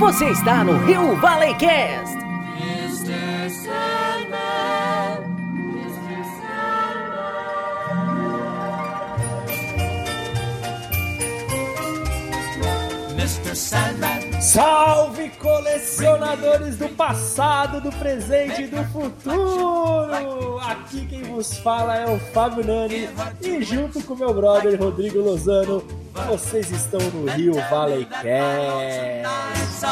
Você está no Rio Valley Cast. Mr. Sandman, Mr. Sandman, Mr. Sandman. Salve, colecionadores do passado, do presente e do futuro! Aqui quem vos fala é o Fábio Nani e junto com meu brother Rodrigo Lozano, vocês estão no Rio Valley Cast.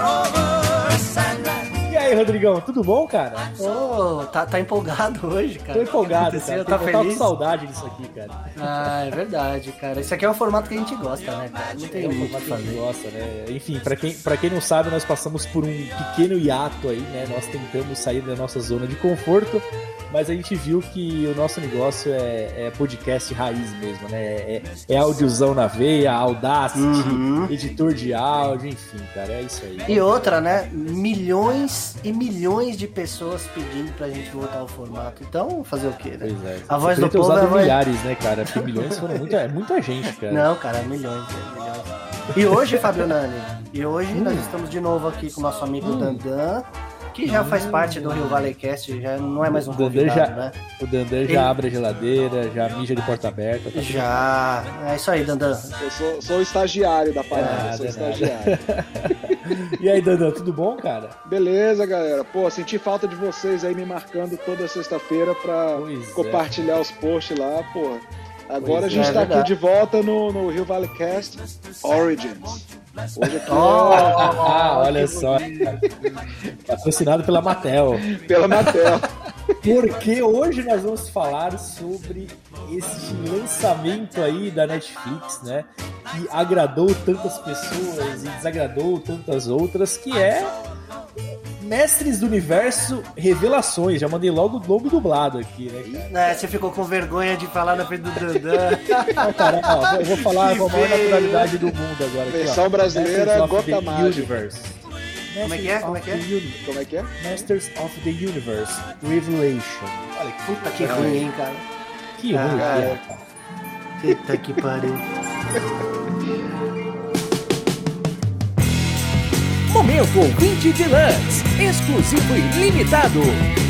E aí, Rodrigão, tudo bom, cara? Tá empolgado hoje, cara. Tô empolgado, cara. Tá Eu tava com saudade disso aqui, cara. Ah, é verdade, cara. Esse aqui é o formato que a gente gosta, né, cara? Não tem muito o que que a gente fazer. gosta, né? Enfim, pra quem não sabe, nós passamos por um pequeno hiato aí, né? Nós tentamos sair da nossa zona de conforto, mas a gente viu que o nosso negócio é podcast raiz mesmo, né? É audiozão na veia, Audacity, editor de áudio, enfim, cara, é isso aí. E outra, né? Milhões e milhões de pessoas pedindo pra gente voltar ao formato. Então, fazer o quê, né? Pois é. A voz do ter povo usado é a voz... milhares, né, cara? Porque milhões foram muita gente, cara. Não, cara, milhões. E hoje, Fábio Nani, nós estamos de novo aqui com o nosso amigo Dandan, que já faz parte do Rio Valley Cast, já não é mais um convidado, né? O Dandan já abre a geladeira, já mija de porta aberta. Tá já, é isso aí, Dandan. Eu sou o estagiário da parada, sou estagiário. E aí, Dandan, tudo bom, cara? Beleza, galera. Pô, senti falta de vocês aí me marcando toda sexta-feira pra compartilhar os posts lá, pô. Agora a gente tá aqui de volta no Rio Valley Cast Origins. Hoje aqui olha só. Patrocinado pela Mattel. Pela Mattel. Porque hoje nós vamos falar sobre esse lançamento aí da Netflix, né? Que agradou tantas pessoas e desagradou tantas outras, que é Mestres do Universo Revelações. Já mandei logo o nome dublado aqui, né, cara? Você ficou com vergonha de falar na frente do Dandan. Não, cara, ó, eu vou falar com a maior naturalidade do mundo agora. Versão aqui, brasileira, Gota Mágica. Como é que é? Como é que é? Masters of the Universe Revelation. Olha que puta que ruim, hein, cara. Que ruim, cara. Puta que pariu. Momento Ouvinte Deluxe, exclusivo e limitado.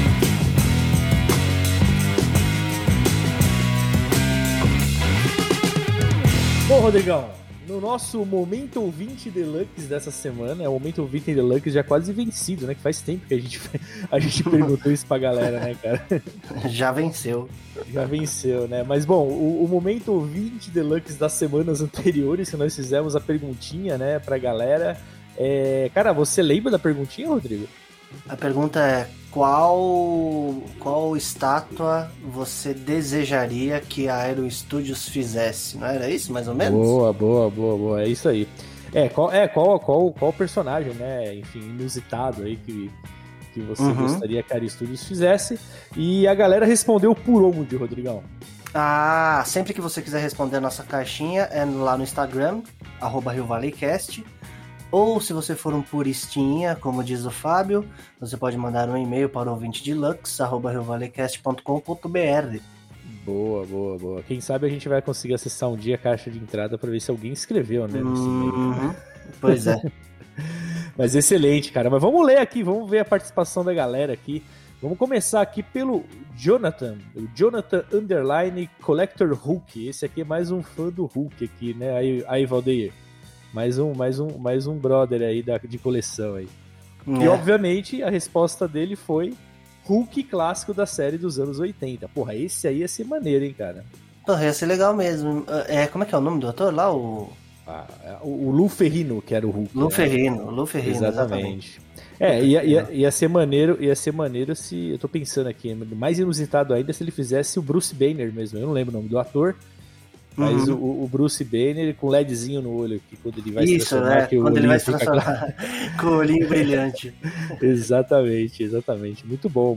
Bom, Rodrigão, no nosso Momento Ouvinte Deluxe dessa semana, o Momento Ouvinte Deluxe já quase vencido, né? Que faz tempo que a gente perguntou isso pra galera, né, cara? Já venceu. Já venceu, né? Mas, bom, o Momento Ouvinte Deluxe das semanas anteriores, que nós fizemos a perguntinha, né, pra galera... cara, você lembra da perguntinha, Rodrigo? A pergunta é: qual estátua você desejaria que a Aero Studios fizesse? Não era isso, mais ou menos? Boa. É isso aí. Qual personagem, né? Enfim, inusitado aí que você gostaria que a Aero Studios fizesse? E a galera respondeu por onde, Rodrigão? Ah, sempre que você quiser responder a nossa caixinha é lá no Instagram, @RioValleyCast. Ou se você for um puristinha, como diz o Fábio, você pode mandar um e-mail para o ouvintedeluxe@riovalleycast.com.br. Boa. Quem sabe a gente vai conseguir acessar um dia a caixa de entrada para ver se alguém escreveu, né? Nesse e-mail. Pois é. Mas excelente, cara. Mas vamos ler aqui, vamos ver a participação da galera aqui. Vamos começar aqui pelo Jonathan, o Jonathan Underline Collector Hulk. Esse aqui é mais um fã do Hulk aqui, né? Aí Valdeir. Mais um brother aí de coleção aí. E obviamente a resposta dele foi Hulk clássico da série dos anos 80. Porra, esse aí ia ser maneiro, hein, cara? Porra, ia ser legal mesmo. Como é que é o nome do ator lá? O Lu Ferrigno, que era o Hulk. Lu Ferrigno, exatamente. Ia ser maneiro se... Eu tô pensando aqui, mais inusitado ainda se ele fizesse o Bruce Banner mesmo. Eu não lembro o nome do ator. Mas o Bruce Banner com LEDzinho no olho, que quando ele vai se transformar... Quando ele vai se transformar com o olhinho brilhante. Exatamente. Muito bom.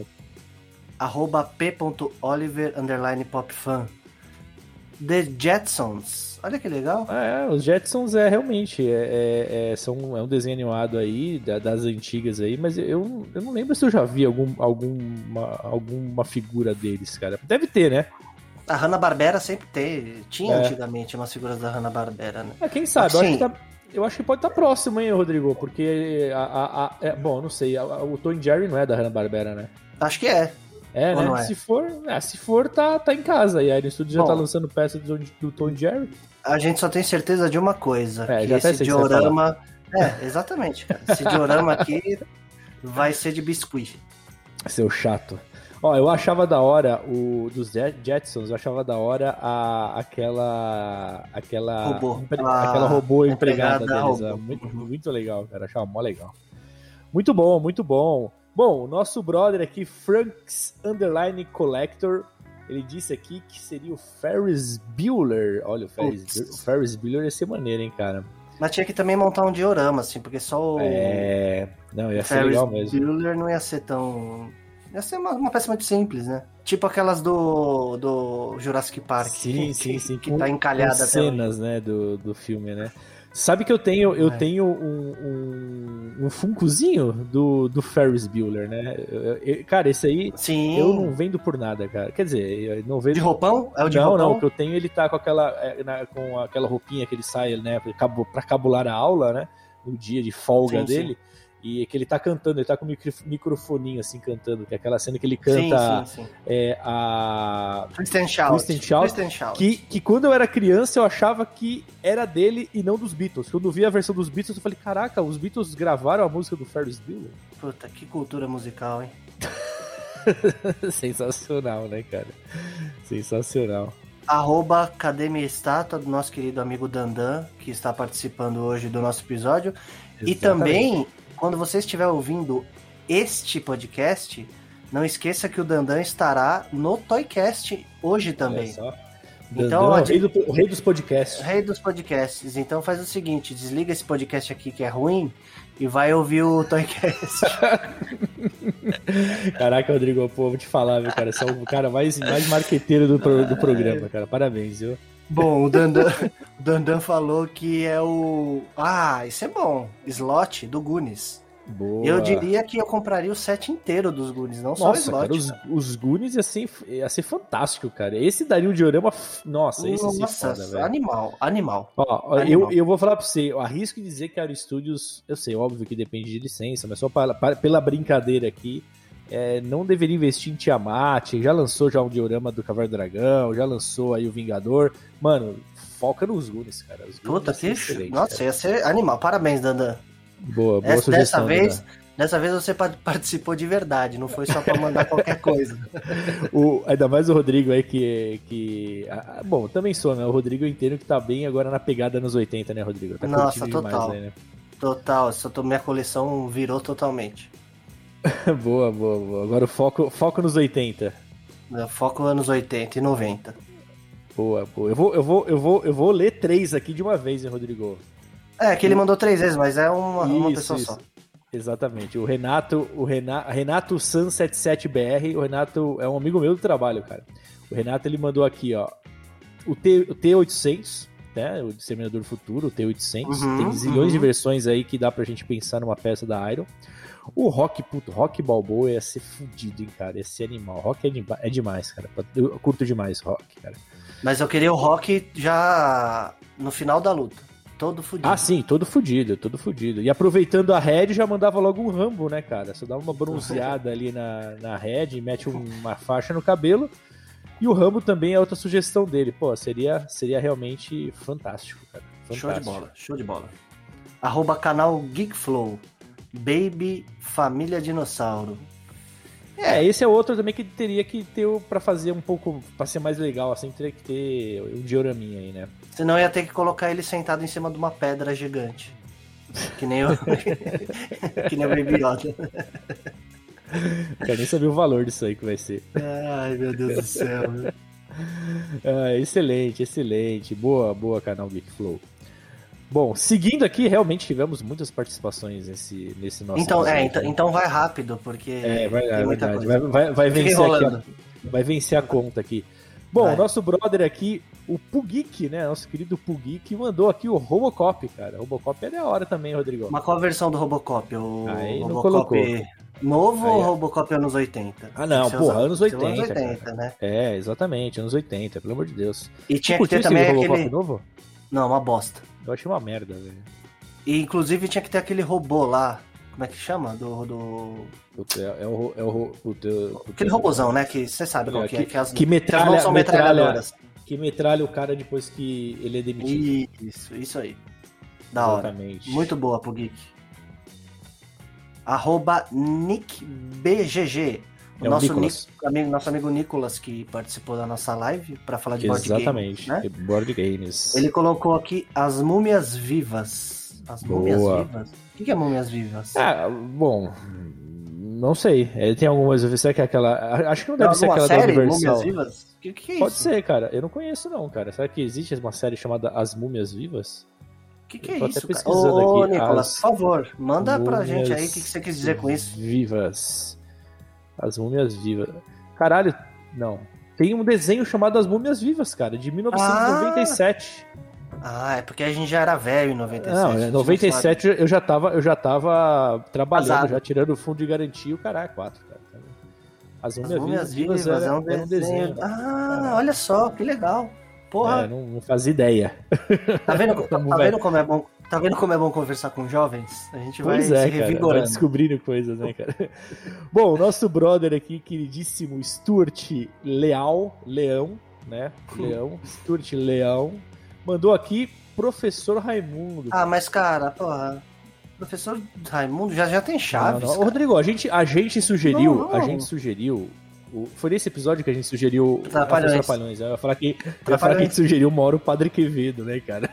@p.oliver_popfan. The Jetsons. Olha que legal. Os Jetsons realmente é um desenho animado aí, das antigas aí, mas eu não lembro se eu já vi alguma figura deles, cara. Deve ter, né? A Hanna-Barbera sempre tinha antigamente umas figuras da Hanna-Barbera, né? Quem sabe, eu Eu acho que pode estar próximo, hein, Rodrigo? Porque, bom, não sei, o Tom e Jerry não é da Hanna-Barbera, né? Acho que é. É, ou né? Não é? Se for, tá em casa. E aí no estúdio já tá lançando peça do Tom e Jerry. A gente só tem certeza de uma coisa. Que já esse diorama... exatamente, cara. Esse diorama aqui vai ser de biscuit. Seu chato. Ó, eu achava da hora dos Jetsons, eu achava da hora aquela robô empregada deles. Muito legal, cara. Achava mó legal. Muito bom, muito bom. Bom, o nosso brother aqui, Franks _ Collector, ele disse aqui que seria o Ferris Bueller. Olha, o Ferris Bueller ia ser maneiro, hein, cara. Mas tinha que também montar um diorama, assim, porque só o... Não, ia ser legal mesmo. Ferris Bueller não ia ser tão... Ia ser uma peça muito simples, né? Tipo aquelas do Jurassic Park. Sim. Que tá encalhada até cenas, né, do filme, né? Sabe que eu tenho um Funkozinho do Ferris Bueller, né? Cara, esse aí eu não vendo por nada, cara. Quer dizer, eu não vendo... De roupão? É o de roupão? Não, o que eu tenho, ele tá com aquela roupinha que ele sai, né, pra cabular a aula, né? No dia de folga dele. Sim. E que ele tá cantando, ele tá com o microfoninho assim cantando, que é aquela cena que ele canta a Kristen Shout, que quando eu era criança eu achava que era dele e não dos Beatles. Quando eu vi a versão dos Beatles eu falei, caraca, os Beatles gravaram a música do Ferris Bueller? Puta, que cultura musical, hein? Sensacional, né, cara? Sensacional. Cadê minha estátua do nosso querido amigo Dandan, que está participando hoje do nosso episódio. Exatamente. E também, quando você estiver ouvindo este podcast, não esqueça que o Dandan estará no Toycast hoje também. Então, o rei dos podcasts. Rei dos podcasts. Então faz o seguinte, desliga esse podcast aqui que é ruim e vai ouvir o Toycast. Caraca, Rodrigo, pô, vou te falar, viu, cara? Você é o cara mais marqueteiro do programa, cara. Parabéns, viu? Bom, o Dandan falou que é o... isso é bom. Slot do Goonies. Boa. Eu diria que eu compraria o set inteiro dos Goonies, não só o slot. Cara, os Goonies ia ser fantástico, cara. Esse daria um diorama... Nossa, esse ia ser foda, velho. Animal. Ó, eu vou falar pra você, eu arrisco dizer que a Aero Studios, eu sei, óbvio que depende de licença, mas só pela brincadeira aqui, não deveria investir em Tiamat, já lançou um diorama do Cavaleiro Dragão, já lançou aí o Vingador. Mano, foca nos Goonies, cara. Os Goonies puta, que... Nossa, ia ser animal. Parabéns, Dandan. Boa sugestão. Dessa vez você participou de verdade, não foi só pra mandar qualquer coisa. Ainda mais o Rodrigo aí bom, também sou, né? O Rodrigo eu entendo que tá bem agora na pegada nos 80, né, Rodrigo? Tá Nossa, total. Aí, né? Total, minha coleção virou totalmente. Boa. Agora o foco nos 80. Foco anos 80 e 90. Boa. Eu vou ler 3 aqui de uma vez, hein, Rodrigo? Que ele mandou 3 vezes, mas é uma pessoa só. Exatamente. O Renato Sun77BR, o Renato é um amigo meu do trabalho, cara. O Renato, ele mandou aqui, ó, o T800, né, o Disseminador Futuro, o T800, tem zilhões de versões aí que dá pra gente pensar numa peça da Iron. O Rock Balboa ia ser fudido, hein, cara, ia ser animal. Rock é demais, cara, eu curto demais Rock, cara. Mas eu queria o Rock já no final da luta. Todo fudido. Sim, todo fudido. E aproveitando a Red, já mandava logo um Rambo, né, cara? Só dava uma bronzeada ali na Red, mete uma faixa no cabelo. E o Rambo também é outra sugestão dele. Pô, seria realmente fantástico, cara. Fantástico. Show de bola. @canal Geekflow. Baby Família Dinossauro. Esse é outro também que teria que ter pra fazer um pouco, pra ser mais legal, assim, teria que ter um dioraminha aí, né? Senão ia ter que colocar ele sentado em cima de uma pedra gigante. Que nem o Baby Yoda. Quero nem saber o valor disso aí que vai ser. Ai, meu Deus do céu. Excelente. Boa, canal Geekflow. Bom, seguindo aqui, realmente tivemos muitas participações nesse nosso... Então vai rápido, porque tem muita coisa. Vai vencer aqui, vai vencer a conta aqui. Bom, o nosso brother aqui, o Pugik, né, nosso querido Pugik, mandou aqui o Robocop, cara. O Robocop é da hora também, Rodrigo. Mas qual a versão do Robocop? O Robocop novo ou Robocop anos 80? Não, anos 80. Anos 80, né? Exatamente, anos 80, pelo amor de Deus. E tinha que ter também Robocop aquele... novo? Não, uma bosta. Eu achei uma merda, velho. E inclusive tinha que ter aquele robô lá. Como é que chama? Aquele robôzão, né? Que você sabe qual que é. Que metralha, são metralhadoras. Que metralha o cara depois que ele é demitido. Isso aí. Da hora. Muito boa pro Geek. @NickBGG. O nosso amigo Nicolas, que participou da nossa live para falar de board games. Exatamente, né? Board games. Ele colocou aqui as múmias vivas. As múmias vivas? O que é múmias vivas? Bom, não sei. Tem algumas. Será que é aquela. Acho que não deve ser aquela série, da Universal. Múmias Vivas? O que é isso? Pode ser, cara. Eu não conheço, não, cara. Será que existe uma série chamada As Múmias Vivas? O que é isso, cara? Ô, Nicolas, por favor, manda pra gente aí o que você quis dizer com isso. Vivas. As Múmias Vivas. Caralho, não. Tem um desenho chamado As Múmias Vivas, cara, de 1997. É porque a gente já era velho em 97. Não, em 97 eu já tava trabalhando, já tirando o fundo de garantia e o caralho, 4, cara. As Múmias Vivas era um desenho. Olha só, que legal. Porra. Não fazia ideia. Tá vendo como é bom? Tá vendo como é bom conversar com jovens? A gente vai se revigorando. Vai descobrindo coisas, né, cara? Bom, nosso brother aqui, queridíssimo Stuart Leão, né? Stuart Leão, mandou aqui Professor Raimundo. Mas cara, porra, Professor Raimundo já tem chaves. Rodrigo, a gente sugeriu, foi nesse episódio que a gente sugeriu Trapalhões. Eu ia falar que a gente sugeriu uma hora o Padre Quevedo, né, cara?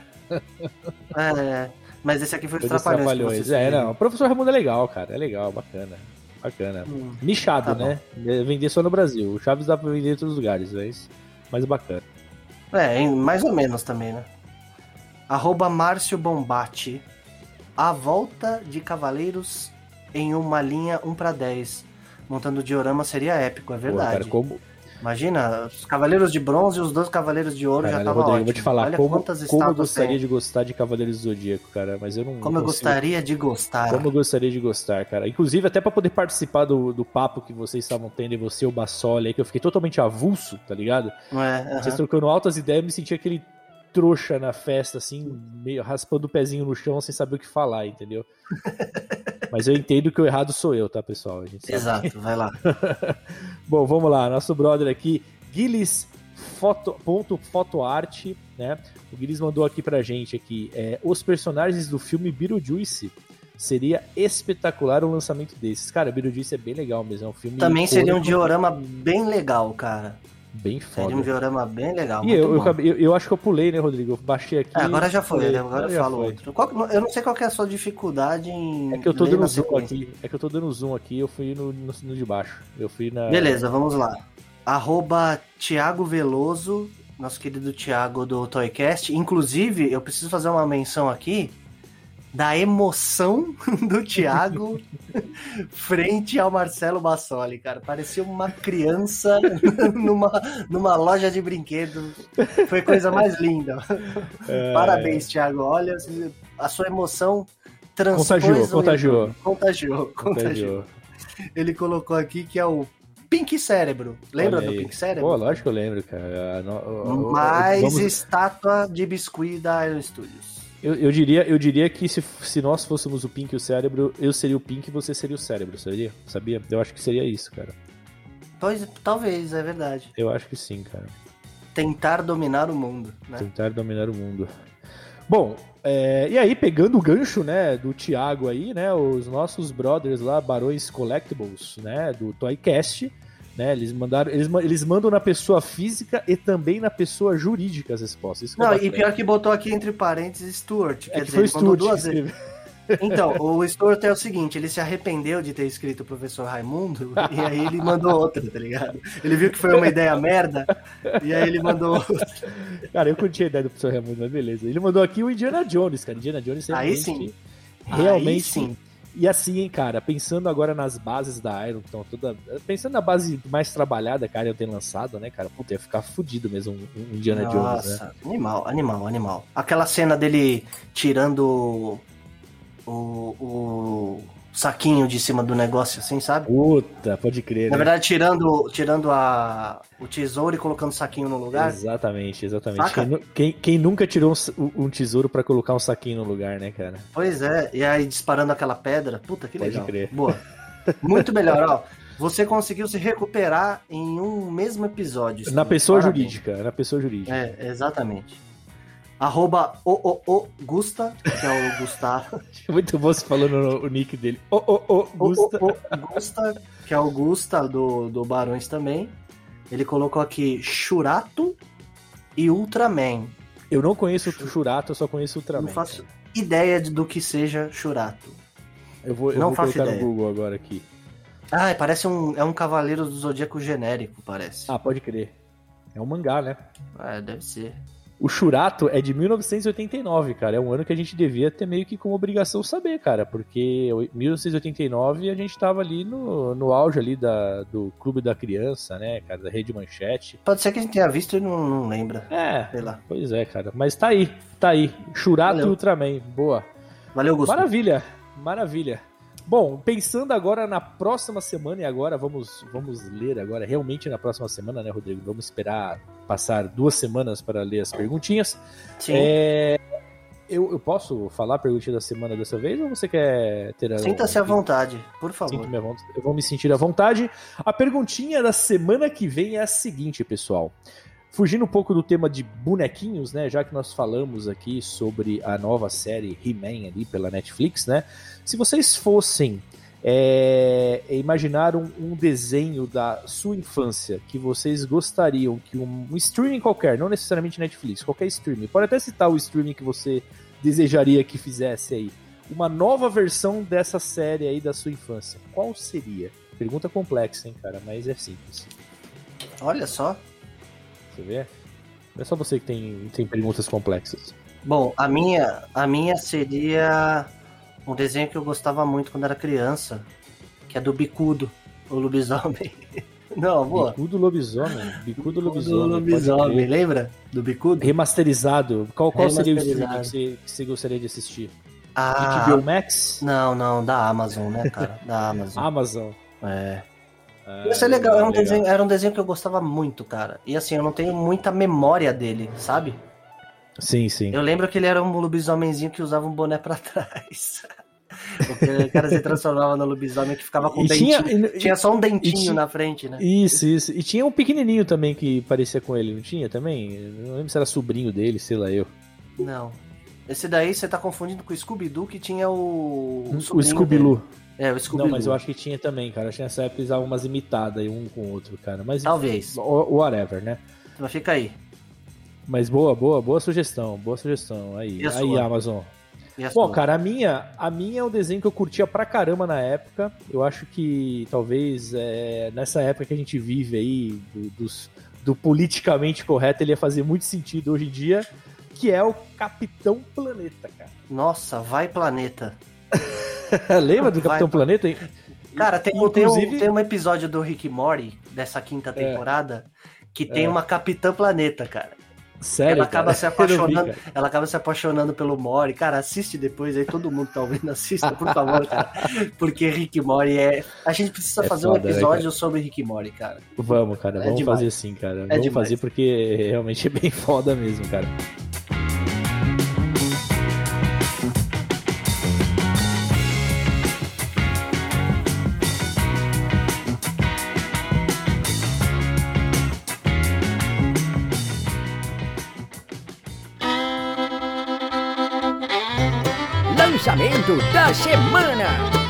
Mas esse aqui foi os Trapalhões. O Professor Raimundo é legal, cara. É legal, bacana. Nichado, tá, né? Vender só no Brasil. O Chaves dá pra vender em outros lugares, mas bacana. Mais ou menos também, né? @Márcio Bombate. A volta de Cavaleiros em uma linha 1/10. Montando o diorama seria épico, é verdade. Pô, cara, Imagina, os Cavaleiros de Bronze e os 2 Cavaleiros de Ouro já estavam ótimos. Eu vou te falar, como eu gostaria de gostar de Cavaleiros do Zodíaco, cara, mas eu não Como eu gostaria de gostar. Como eu gostaria de gostar, cara. Inclusive, até pra poder participar do papo que vocês estavam tendo, e você e o Bassoli aí, que eu fiquei totalmente avulso, tá ligado? Vocês trocando altas ideias, eu me senti aquele trouxa na festa, assim, meio raspando o pezinho no chão sem saber o que falar, entendeu? Mas eu entendo que o errado sou eu, tá, pessoal? A gente sabe. Exato, vai lá. Bom, vamos lá. Nosso brother aqui, Guilis Fotoart, né? O Guilis mandou aqui pra gente aqui, os personagens do filme Beetlejuice. Seria espetacular um lançamento desses. Cara, Beetlejuice é bem legal mesmo. É um filme. Também seria um diorama bem legal, cara. Bem foda. Seria um diorama bem legal. E eu acho que eu pulei, né, Rodrigo? Eu baixei aqui. Agora já foi, né? Agora eu falo outro. Eu não sei qual que é a sua dificuldade em. É que eu tô dando zoom aqui. Eu fui no de baixo. Eu fui na. Beleza, vamos lá. @Thiago Veloso, nosso querido Thiago do Toycast. Inclusive, eu preciso fazer uma menção aqui da emoção do Thiago frente ao Marcelo Bassoli, cara. Parecia uma criança numa loja de brinquedo. Foi a coisa mais linda. Parabéns, Thiago. Olha, a sua emoção contagiou. Ele colocou aqui que é o Pink Cérebro. Lembra do Pink Cérebro? Pô, lógico que eu lembro, cara. Estátua de biscuit da Aero Studios. Eu diria que se nós fôssemos o Pink e o Cérebro, eu seria o Pink e você seria o Cérebro, sabia? Eu acho que seria isso, cara. Pois, talvez, é verdade. Eu acho que sim, cara. Tentar dominar o mundo, né? Tentar dominar o mundo. Bom, e aí, pegando o gancho, né, do Thiago aí, né, os nossos brothers lá, Barões Collectibles, né, do Toycast, né, eles mandam na pessoa física e também na pessoa jurídica as respostas. Isso não, e pior que botou aqui entre parênteses Stuart. Quer dizer, foi Stuart duas vezes. Então, o Stuart é o seguinte, ele se arrependeu de ter escrito o Professor Raimundo, e aí ele mandou outra, tá ligado? Ele viu que foi uma ideia merda, e aí ele mandou outra. Cara, eu curti a ideia do Professor Raimundo, mas beleza. Ele mandou aqui o Indiana Jones, cara. Indiana Jones realmente... Aí sim. E assim, hein, cara, pensando agora nas bases da Iron, então, pensando na base mais trabalhada que a Iron tem lançado, né, cara, puta, ia ficar fudido mesmo um Indiana Jones, né? Animal. Aquela cena dele tirando o saquinho de cima do negócio, assim, sabe? Puta, pode crer. Na verdade, tirando o tesouro e colocando o saquinho no lugar. Exatamente. Saca? Quem nunca tirou um tesouro pra colocar um saquinho no lugar, né, cara? Pois é, e aí disparando aquela pedra. Puta, que legal. Pode crer. Boa. Muito melhor, ó. Você conseguiu se recuperar em um mesmo episódio. Na pessoa Parabéns. jurídica. É, exatamente. @Gusta, que é o Gustavo. Muito bom você falando o nick dele. Gusta. Gusta, que é o Gusta do Barões também. Ele colocou aqui Churato e Ultraman. Eu não conheço o Churato, eu só conheço o Ultraman. Não faço ideia do que seja Churato. Eu vou faço colocar ideia. no Google agora aqui. Ah, parece um Cavaleiro do Zodíaco genérico, parece. Ah, pode crer. É um mangá, né? Deve ser. O Churato é de 1989, cara. É um ano que a gente devia ter meio que como obrigação saber, cara. Porque em 1989 a gente tava ali no auge ali do Clube da Criança, né, cara? Da Rede Manchete. Pode ser que a gente tenha visto e não lembra. Sei lá. Pois é, cara. Mas tá aí. Churato e Ultraman. Boa. Valeu, Gustavo. Maravilha. Bom, pensando agora na próxima semana, e agora vamos ler agora realmente na próxima semana, né, Rodrigo? Vamos esperar passar 2 semanas para ler as perguntinhas. Sim. Eu posso falar a perguntinha da semana dessa vez ou você quer ter... Sinta-se à vontade, por favor. Eu vou me sentir à vontade. A perguntinha da semana que vem é a seguinte, pessoal. Fugindo um pouco do tema de bonequinhos, né? Já que nós falamos aqui sobre a nova série He-Man ali pela Netflix, né? Se vocês fossem imaginar um desenho da sua infância que vocês gostariam que um streaming qualquer, não necessariamente Netflix, qualquer streaming, pode até citar o streaming que você desejaria que fizesse aí, uma nova versão dessa série aí da sua infância, qual seria? Pergunta complexa, hein, cara? Mas é simples. Olha só. Você vê? Não é só você que tem perguntas complexas. Bom, a minha seria um desenho que eu gostava muito quando era criança, que é do Bicudo, o lobisomem. Não, boa. Bicudo lobisomem. Lembra do Bicudo? Remasterizado. Qual seria o streaming que você gostaria de assistir? HBO Max? Não, da Amazon, né, cara? Da Amazon. Amazon. Isso é legal, era um desenho que eu gostava muito, cara. E assim, eu não tenho muita memória dele, sabe? Sim. Eu lembro que ele era um lobisomenzinho que usava um boné pra trás. Porque o cara se transformava no lobisomem que ficava com dentinho. Tinha só um dentinho na frente, né? Isso. E tinha um pequenininho também que parecia com ele, não tinha também? Não lembro se era sobrinho dele, sei lá eu. Não. Esse daí você tá confundindo com o Scooby-Doo, que tinha o Scooby-Doo. O Scooby-Doo. Não, mas eu acho que tinha também, cara. Tinha essa época usava umas imitadas aí um com o outro, cara. Mas talvez. Whatever, né? Mas fica aí. Mas boa sugestão. Aí, Amazon. Bom, cara, a minha é um desenho que eu curtia pra caramba na época. Eu acho que talvez nessa época que a gente vive aí, do politicamente correto, ele ia fazer muito sentido hoje em dia, que é o Capitão Planeta, cara. Nossa, vai Planeta. Lembra do Capitão Planeta? Cara, tem um episódio do Rick e Morty, dessa 5ª temporada, que tem uma Capitã Planeta, cara. Sério, ela acaba se apaixonando pelo Morty. Cara, assiste depois aí, todo mundo tá ouvindo, assista, por favor, cara. Porque Rick e Morty a gente precisa fazer um episódio sobre Rick e Morty, cara. Vamos, cara, vamos fazer sim, cara. Vamos fazer porque realmente é bem foda mesmo, cara. Lançamento da semana.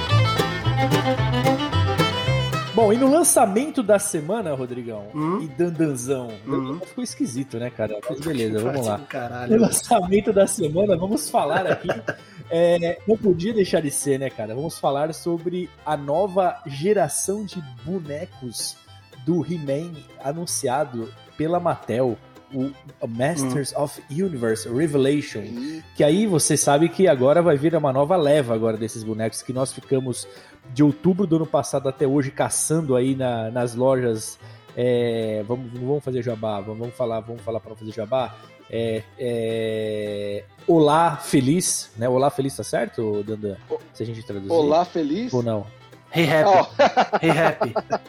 Bom, e no lançamento da semana, Rodrigão, e Dandanzão, ficou esquisito, né, cara? Mas beleza, vamos lá. No lançamento da semana, vamos falar aqui, não podia deixar de ser, né, cara? Vamos falar sobre a nova geração de bonecos do He-Man anunciado pela Mattel, o Masters of Universe Revelation, que aí você sabe que agora vai vir uma nova leva agora desses bonecos que nós ficamos de outubro do ano passado até hoje caçando aí nas lojas. Vamos fazer jabá, vamos falar para não fazer jabá. Olá Feliz, né? Olá Feliz, tá certo, Dandan? Se a gente traduzir. Olá Feliz? Ou não? Hey Happy. Hey Happy.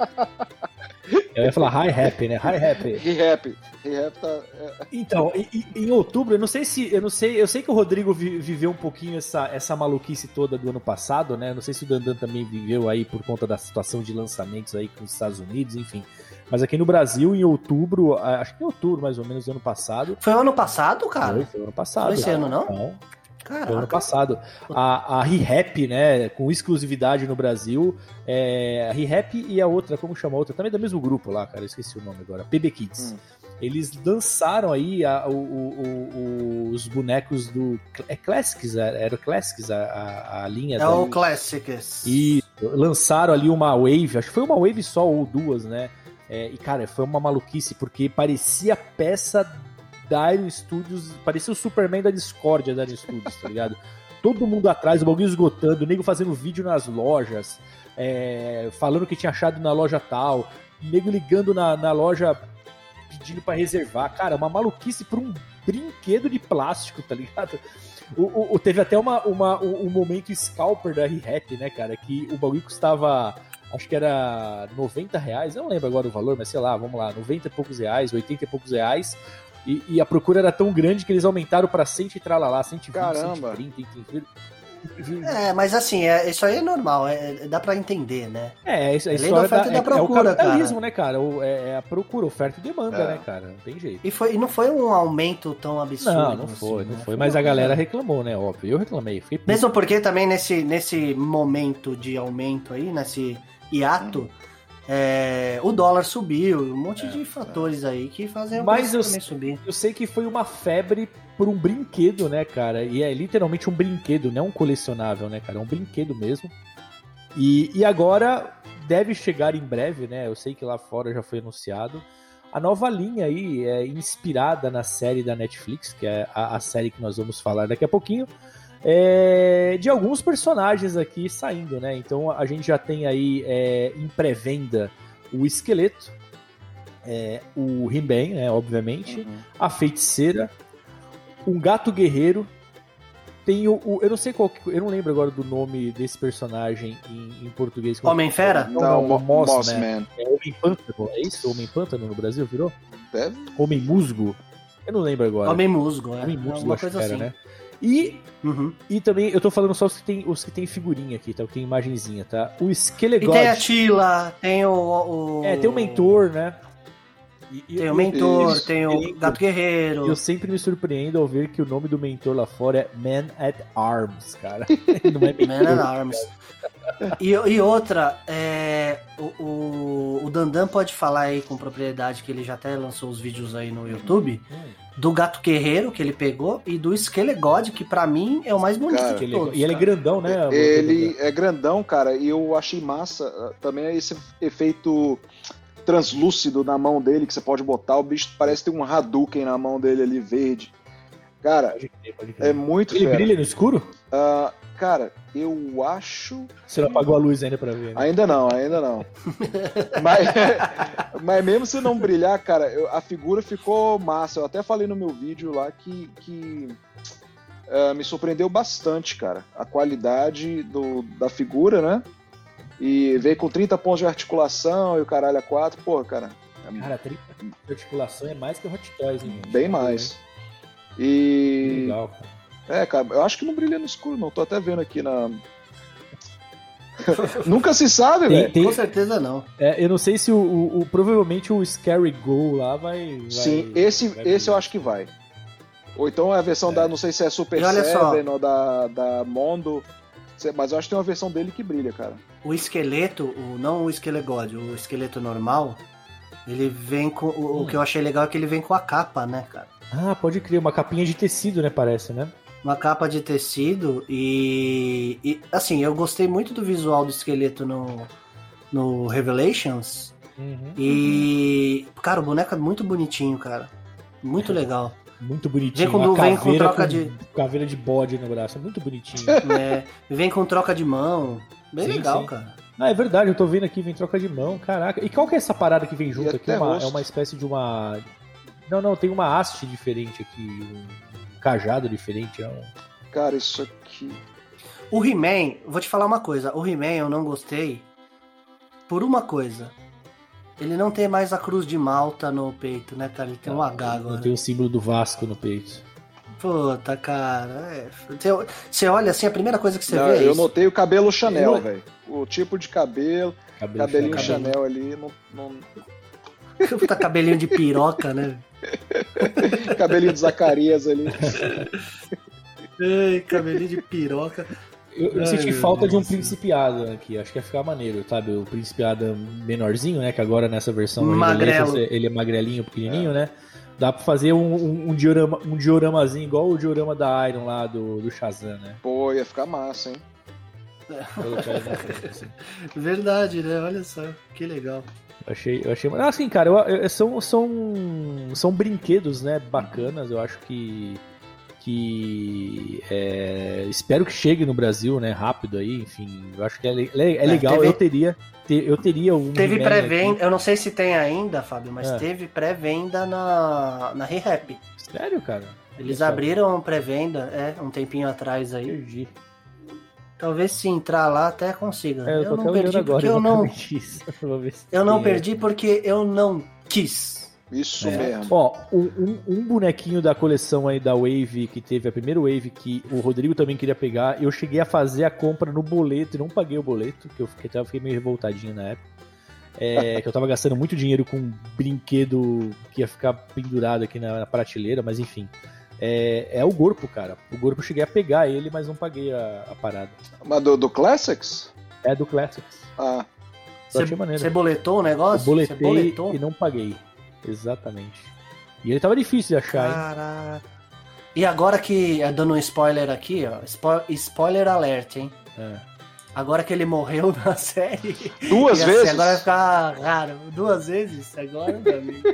Eu ia falar Hi Happy, né? Hi Happy. Hey Happy tá... Então, em outubro, eu sei que o Rodrigo viveu um pouquinho essa maluquice toda do ano passado, né? Não sei se o Dandan também viveu aí por conta da situação de lançamentos aí com os Estados Unidos, enfim. Mas aqui no Brasil, em outubro, acho que em outubro mais ou menos do ano passado. Foi o ano passado, cara? Foi o ano passado. Foi esse ano, não? Não. Caraca. Foi o ano passado. A ReHap, né, com exclusividade no Brasil, a ReHap e a outra, como chama a outra? Também do mesmo grupo lá, cara, eu esqueci o nome agora, PB Kids. Eles lançaram aí os bonecos do... Classics? Era Classics a linha? É o Classics. E lançaram ali uma wave, acho que foi uma wave só ou duas, né? E, cara, foi uma maluquice, porque parecia peça da Iron Studios, parecia o Superman da Discordia da Iron Studios, tá ligado? Todo mundo atrás, o bagulho esgotando, o nego fazendo vídeo nas lojas, falando que tinha achado na loja tal, o nego ligando na loja pedindo pra reservar. Cara, uma maluquice por um brinquedo de plástico, tá ligado? Teve até um momento scalper da ReHap, né, cara, que o bagulho custava... Acho que era R$90, eu não lembro agora o valor, mas sei lá, vamos lá, 90 e poucos reais, 80 e poucos reais, e a procura era tão grande que eles aumentaram pra 100 e tralalá, 120, Caramba. 130, mas assim, isso aí é normal, dá pra entender, né? Isso aí da oferta e da procura, é o capitalismo, cara. né, cara? É a procura, oferta e demanda, né, cara? Não tem jeito. E não foi um aumento tão absurdo. Não foi, assim, não né? foi, mas a galera reclamou, né, óbvio. Eu reclamei, fiquei puto. Mesmo porque também nesse momento de aumento aí, nesse hiato, o dólar subiu, um monte de fatores aí que fazem o preço também subir. Eu sei que foi uma febre por um brinquedo, né, cara? E é literalmente um brinquedo, não um colecionável, né, cara? É um brinquedo mesmo. E agora deve chegar em breve, né? Eu sei que lá fora já foi anunciado. A nova linha aí é inspirada na série da Netflix, que é a série que nós vamos falar daqui a pouquinho. De alguns personagens aqui saindo, né? Então a gente já tem aí em pré-venda o Esqueleto, o He-Man, né? Obviamente, a Feiticeira, um Gato Guerreiro, tem eu não sei qual, eu não lembro agora do nome desse personagem em português. Homem-Fera? Não, Moss né? Man. É Homem-Pântano, é isso? Homem-Pântano no Brasil virou? Deve. Homem-Musgo? Eu não lembro agora. Homem-Musgo, Homem-Musgo, uma acho coisa que era, assim. né? E também, eu tô falando só os que tem figurinha aqui, tá? O que tem imagenzinha, tá? O Skelegod. E tem a Tila, tem o... tem o Mentor, né? Tem o Mentor, Isso. tem o Gato Guerreiro. Eu sempre me surpreendo ao ver que o nome do Mentor lá fora é Man at Arms, cara. Não é Mentor. Man at Arms. E outra, o Dandan pode falar aí com propriedade, que ele já até lançou os vídeos aí no YouTube, do Gato Guerreiro que ele pegou e do Skelegod, que pra mim é o mais bonito Cara, de todos. E ele é grandão, né? Ele é grandão, cara, e eu achei massa também esse efeito translúcido na mão dele, que você pode botar, o bicho parece ter um Hadouken na mão dele ali, verde. Cara, Pode crer. é muito Ele fera. brilha no escuro? Cara, eu acho... Você não apagou a luz ainda pra ver, né? Ainda não. mas mesmo se não brilhar, cara, a figura ficou massa. Eu até falei no meu vídeo lá que me surpreendeu bastante, cara. A qualidade da figura, né? E veio com 30 pontos de articulação e o caralho a 4. Porra, cara. Cara, 30 de articulação é mais que o Hot Toys, hein, gente? Bem mais. E... Legal, cara. cara, eu acho que não brilha no escuro, não. Tô até vendo aqui na... Nunca se sabe, velho. Com certeza não. Eu não sei se provavelmente o Scary Go lá vai... Sim, esse eu acho que vai. Ou então é a versão da... Não sei se é Super Seven ou da Mondo... Mas eu acho que tem uma versão dele que brilha, cara. O esqueleto, não o Skelegod, o esqueleto normal, ele vem com... O que eu achei legal é que ele vem com a capa, né, cara? Ah, pode crer, uma capinha de tecido, né, parece, né? Uma capa de tecido e assim, eu gostei muito do visual do esqueleto no Revelations. E, cara, o boneco é muito bonitinho, cara. Muito legal. Muito bonitinho. Vem com troca de... Caveira de bode no braço, é muito bonitinho. Vem com troca de mão. Bem legal, sim. cara. É verdade, eu tô vendo aqui, vem troca de mão, caraca. E qual que é essa parada que vem junto aqui? É uma espécie de uma Não, tem uma haste diferente aqui, um cajado diferente. Cara, isso aqui... O He-Man, vou te falar uma coisa. O He-Man eu não gostei por uma coisa. Ele não tem mais a cruz de Malta no peito, né, cara? Ele tem um H agora. Não tem o símbolo do Vasco no peito. Puta, cara. Você olha assim, a primeira coisa que você vê é eu isso. notei o cabelo Chanel, velho. O tipo de cabelo, cabelinho Chanel ali. Não... Puta, cabelinho de piroca, né? Cabelinho de Zacarias ali. Ei, cabelinho de piroca. Eu senti falta de um Príncipe Adam aqui, acho que ia ficar maneiro, sabe? O Príncipe Adam menorzinho, né? Que agora nessa versão Magrelo. Ele é magrelinho, pequenininho, né? Dá pra fazer um dioramazinho igual o diorama da Iron lá do Shazam, né? Pô, ia ficar massa, hein? Assim. Verdade, né? Olha só, que legal. Eu achei. Assim, cara, são brinquedos, né? Bacanas, eu acho que espero que chegue no Brasil, né, rápido aí, enfim, eu acho que é legal, eu teria um... Teve pré-venda, eu não sei se tem ainda, Fábio, mas teve pré-venda na ReHap. Sério, cara? Eles abriram pré-venda, um tempinho atrás aí. Perdi. Talvez se entrar lá até consiga. Eu não perdi porque eu não... Eu não perdi porque eu não quis. Isso mesmo. Ó, um bonequinho da coleção aí da Wave, que teve a primeira Wave, que o Rodrigo também queria pegar, eu cheguei a fazer a compra no boleto e não paguei o boleto, que eu fiquei meio revoltadinho na época. Que eu tava gastando muito dinheiro com um brinquedo que ia ficar pendurado aqui na prateleira, mas enfim. É o Gorpo, cara. O Gorpo eu cheguei a pegar ele, mas não paguei a parada. Mas do Classics? É do Classics. Ah. Você boletou o negócio? Eu boletei e não paguei. Exatamente. E ele tava difícil de achar, hein? E agora que, dando um spoiler aqui, ó, spoiler alert, hein? Agora que ele morreu na série... 2 vezes? Agora vai ficar raro. 2 vezes? Agora, meu amigo.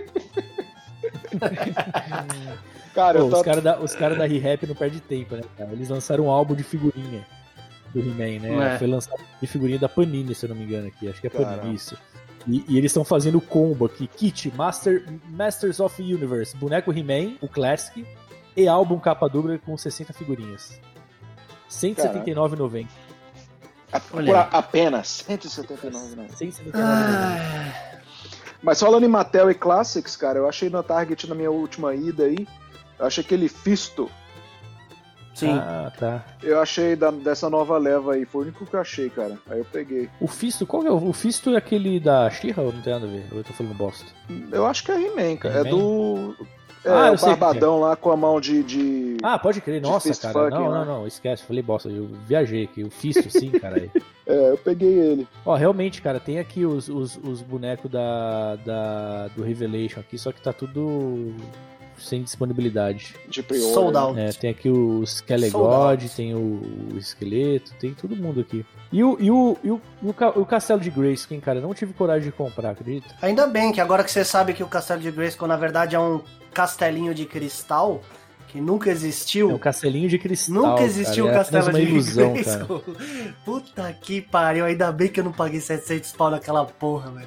Cara, os caras da ReHap não perdem tempo, né, cara? Eles lançaram um álbum de figurinha do He-Man, né? Foi lançado de figurinha da Panini, se eu não me engano aqui. Acho que é Panini, isso. E eles estão fazendo o combo aqui, kit Masters of Universe, boneco He-Man, o Classic, e álbum capa dupla com 60 figurinhas. R$179,90. Por apenas R$179,90. Mas falando em Mattel e Classics, cara, eu achei na Target na minha última ida aí, eu achei aquele Fisto. Sim. Ah, tá. Eu achei dessa nova leva aí, foi o único que eu achei, cara. Aí eu peguei. O Fisto, qual que é? O Fisto é aquele da She-Ra ou não tem nada a ver? Ou eu tô falando bosta? Eu acho que é He-Man, cara. He-Man? É do... o barbadão lá com a mão de... Ah, pode crer. Nossa, cara. Não, esquece. Falei bosta. Eu viajei aqui. O Fisto, sim, cara. Eu peguei ele. Ó, realmente, cara, tem aqui os bonecos do Revelation aqui, só que tá tudo... sem disponibilidade. De pre-order. Sold out. Tem aqui o Skelegod, tem o Esqueleto, tem todo mundo aqui. E o Castelo de Grayskull, cara, não tive coragem de comprar, acredita? Ainda bem que agora que você sabe que o Castelo de Grayskull na verdade é um castelinho de cristal que nunca existiu. É um castelinho de cristal. Nunca existiu o Castelo uma de ilusão, Grayskull. Cara. Puta que pariu, ainda bem que eu não paguei 700 pau naquela porra, velho.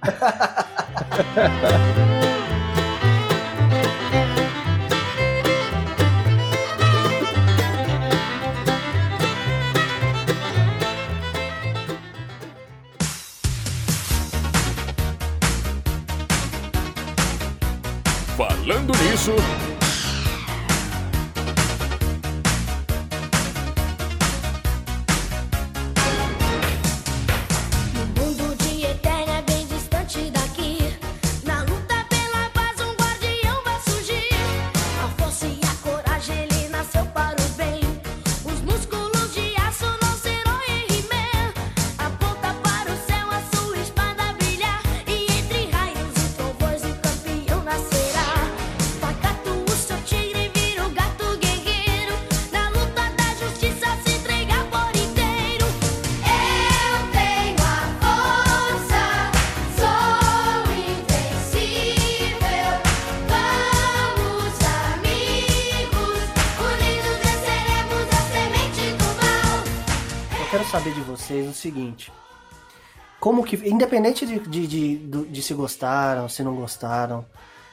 Falando nisso... Saber de vocês o seguinte: como que, independente de se gostaram, se não gostaram,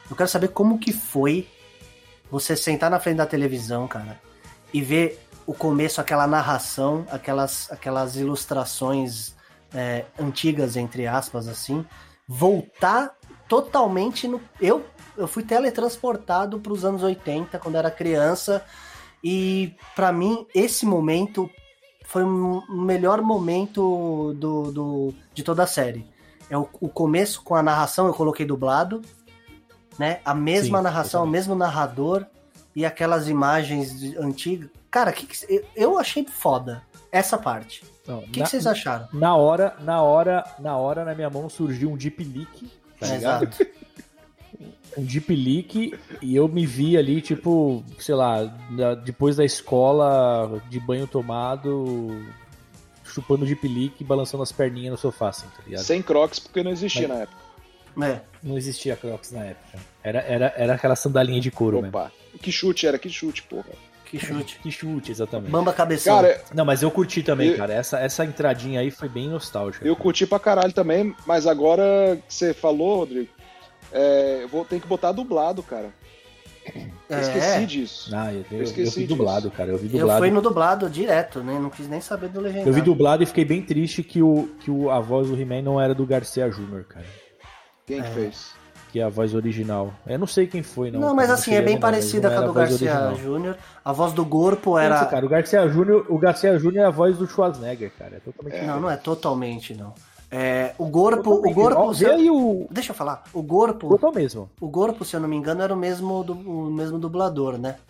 Eu quero saber como que foi você sentar na frente da televisão, cara, e ver o começo, aquela narração, aquelas ilustrações antigas, entre aspas, assim, voltar totalmente no... Eu fui teletransportado para os anos 80, quando era criança, e para mim, esse momento foi o melhor momento de toda a série. É o começo com a narração, eu coloquei dublado, né? A mesma narração, o mesmo narrador e aquelas imagens antigas. Cara, eu achei foda essa parte. O que vocês acharam? Na hora, na minha mão surgiu um Deep Leak, tá ligado? Exato. Um Deep Leak, e eu me vi ali, tipo, sei lá, depois da escola, de banho tomado, chupando Deep Leak e balançando as perninhas no sofá, assim, tá ligado? Sem Crocs, porque não existia na época. Não existia Crocs na época. Era aquela sandalinha de couro mesmo. Opa, que chute, porra. Que chute, exatamente. Bamba cabeção. Cara, não, mas eu curti também, cara. Essa entradinha aí foi bem nostálgica. Eu curti pra caralho também, mas agora que você falou, Rodrigo, eu tenho que botar dublado, cara. Eu esqueci disso. Eu vi dublado, cara. Eu vi dublado. Eu fui no dublado direto, né? Não quis nem saber do legendado. Eu vi dublado e fiquei bem triste que a voz do He-Man não era do Garcia Jr., cara. Quem que fez? Que é a voz original. Eu não sei quem foi, não. Não, mas assim, é bem parecida com a do Garcia Jr. A voz do Corpo era... Isso, cara, o Garcia Jr. é a voz do Schwarzenegger, cara. É totalmente não é totalmente, não. O Corpo... Deixa eu falar. O Corpo... É o mesmo. O Corpo, se eu não me engano, era o mesmo dublador, né?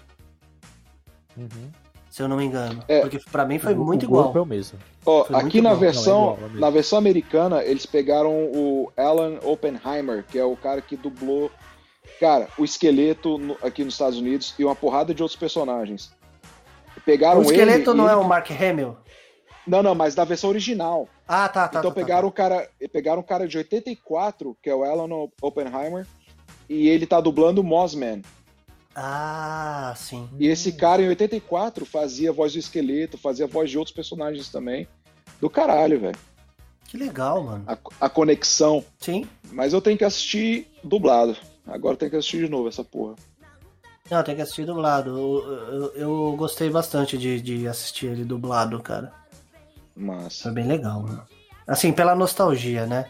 Uhum. Se eu não me engano. Porque pra mim foi muito igual. O Corpo é o mesmo. Aqui na versão americana, eles pegaram o Alan Oppenheimer, que é o cara que dublou, cara, o Esqueleto aqui nos Estados Unidos e uma porrada de outros personagens. Pegaram o Esqueleto não é o Mark Hamill? Não, mas da versão original. Tá. Então pegaram um cara de 84, que é o Alan Oppenheimer, e ele tá dublando o Mossman. Ah, sim. E esse cara em 84 fazia a voz do Esqueleto, fazia a voz de outros personagens também. Do caralho, velho. Que legal, mano. A conexão. Sim. Mas eu tenho que assistir dublado. Agora eu tenho que assistir de novo essa porra. Não, tem que assistir dublado. Eu gostei bastante de assistir ele dublado, cara. Massa. Foi bem legal, mano. Assim, pela nostalgia, né?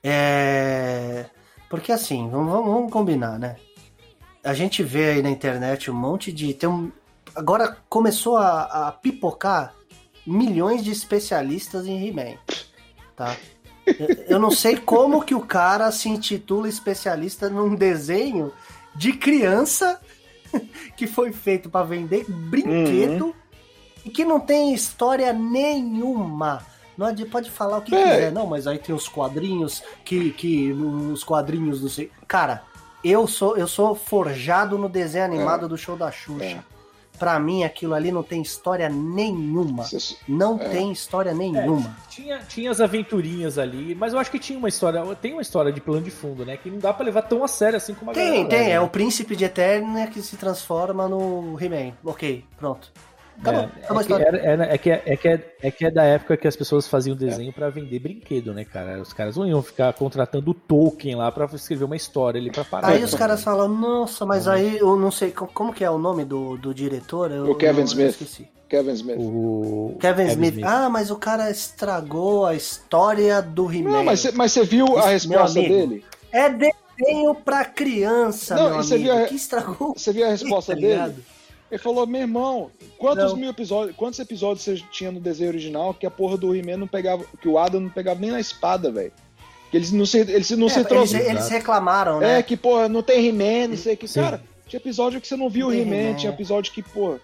Porque assim, vamos combinar, né? A gente vê aí na internet um monte de... Agora começou a pipocar milhões de especialistas em He-Man, tá? Eu não sei como que o cara se intitula especialista num desenho de criança que foi feito para vender brinquedo e que não tem história nenhuma. Não pode falar o que quiser, não, mas aí tem os quadrinhos que os quadrinhos não sei... Cara... Eu sou forjado no desenho animado do Show da Xuxa. Pra mim, aquilo ali não tem história nenhuma. Não tem história nenhuma. Tinha as aventurinhas ali, mas eu acho que tem uma história de plano de fundo, né? Que não dá pra levar tão a sério assim como a galera. Tem. É o príncipe de Eternia que se transforma no He-Man. Ok, pronto. Acabou a história. É que é da época que as pessoas faziam desenho pra vender brinquedo, né, cara? Os caras não iam ficar contratando o Tolkien lá pra escrever uma história ali pra parar. Aí os caras falam, nossa, mas aí eu não sei, como que é o nome do diretor? O Kevin Smith. Esqueci. Kevin Smith. Kevin Smith. Ah, mas o cara estragou a história do He-Man. Não, mas você viu a resposta dele? É desenho pra criança, não, meu amigo. Que estragou? Você viu a resposta dele? Ele falou, meu irmão, quantos episódios você tinha no desenho original que a porra do He-Man não pegava, que o Adam não pegava nem na espada, velho. Que eles não se trouxeram. Eles reclamaram, né? Que, porra, não tem He-Man, não sei o que. Sim. Cara, tinha episódio que você não viu o He-Man, tinha episódio que, porra...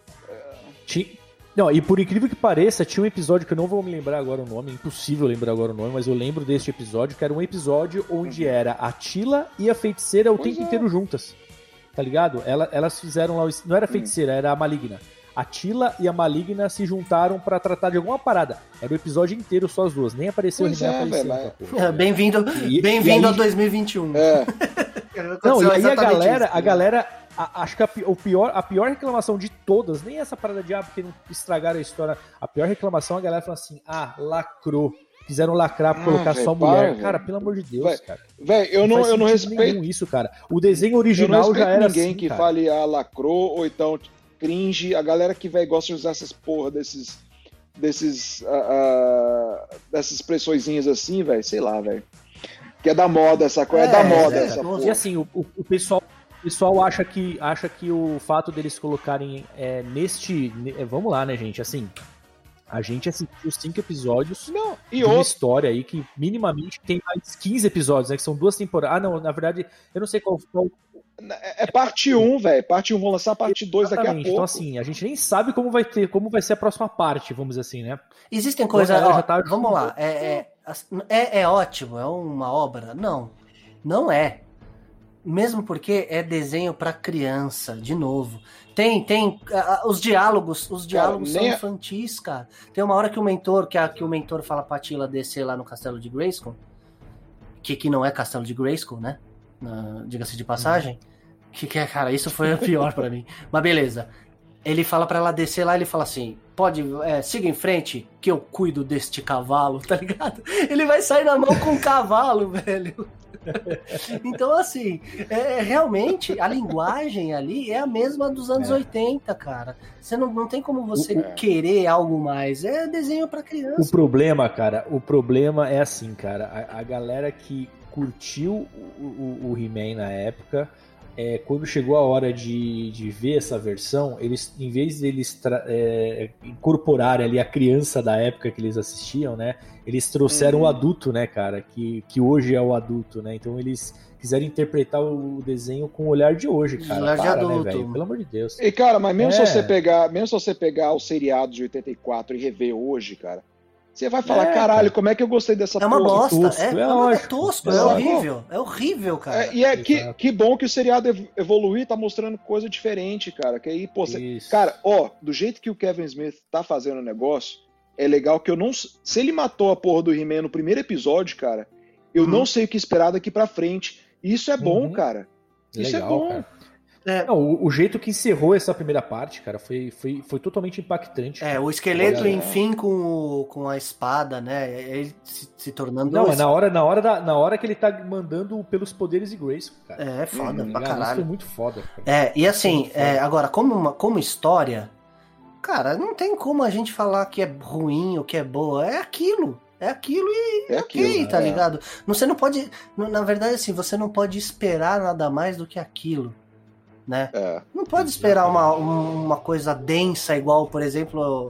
Não, e por incrível que pareça, tinha um episódio que eu não vou me lembrar agora o nome, impossível lembrar agora o nome, mas eu lembro deste episódio, que era um episódio onde era a Tila e a feiticeira o tempo inteiro juntas. Tá ligado? Elas fizeram lá... Não era feiticeira, era a maligna. A Tila e a maligna se juntaram pra tratar de alguma parada. Era o episódio inteiro só as duas. Nem apareceu o He-Man aparecendo. Bem-vindo a 2021. Não, e aí a galera... Acho que a pior reclamação de todas, nem essa parada de porque não estragaram a história. A pior reclamação, a galera fala assim, lacrou. quiseram lacrar pra colocar véio, só mulher. para, cara, véio. pelo amor de Deus, Véio, cara. Velho, eu não respeito isso, cara. O desenho original já era ninguém assim, que cara. fale lacrou ou então cringe. A galera que gosta de usar essas porra dessas expressõezinhas assim, velho, sei lá, velho. Que é da moda essa coisa, é da moda essa porra. E assim, o pessoal acha que o fato deles colocarem vamos lá, né, gente? Assim, a gente assistiu 5 episódios de uma história aí que minimamente tem mais 15 episódios, né? Que são 2 temporadas. Ah, não, na verdade, eu não sei qual... É parte 1, velho. Parte 1, vão lançar a parte 2 daqui a pouco. Então, assim, a gente nem sabe como vai ser a próxima parte, vamos dizer assim, né? Existem coisas... Vamos lá. É ótimo, é uma obra? Não é. Mesmo porque é desenho pra criança, de novo. Tem os diálogos são infantis, cara. Tem uma hora que o mentor fala pra Tila descer lá no Castelo de Grayskull, que não é Castelo de Grayskull, né? Diga-se de passagem. Cara, isso foi o pior pra mim. Mas beleza. Ele fala pra ela descer lá, ele fala assim, siga em frente que eu cuido deste cavalo, tá ligado? Ele vai sair na mão com o cavalo, velho. Então, assim, realmente, a linguagem ali é a mesma dos anos 80, cara. Você não tem como você querer algo mais. É desenho pra criança. O problema é assim, cara. A galera que curtiu o He-Man na época, quando chegou a hora de ver essa versão, eles, em vez de eles incorporarem ali a criança da época que eles assistiam, né? Eles trouxeram o adulto, né, cara? Que hoje é o adulto, né? Então eles quiseram interpretar o desenho com o olhar de hoje, cara. Olhar de adulto. Né, velho? Pelo amor de Deus. E, cara, mas mesmo se você pegar o seriado de 84 e rever hoje, cara, você vai falar, caralho, como é que eu gostei dessa porra? É uma bosta, tosco, é tosco, é horrível. É horrível, cara. Que bom que o seriado evoluiu, tá mostrando coisa diferente, cara. Que aí, pô, cara, do jeito que o Kevin Smith tá fazendo o negócio, é legal que eu não... Se ele matou a porra do He-Man no primeiro episódio, cara, eu não sei o que esperar daqui pra frente. E isso é bom, cara. Isso legal, é bom. Cara. Não, o jeito que encerrou essa primeira parte, cara, foi totalmente impactante. O esqueleto, enfim, com a espada, né? Ele se tornando... Não, é na hora que ele tá mandando pelos poderes de Grayskull, cara. É foda pra caralho. Isso foi muito foda. Cara. E assim, agora, como história, cara, não tem como a gente falar que é ruim ou que é boa. É aquilo e ok, tá ligado? Você não pode... Na verdade, assim, você não pode esperar nada mais do que aquilo. Né? Não pode esperar uma coisa densa igual, por exemplo,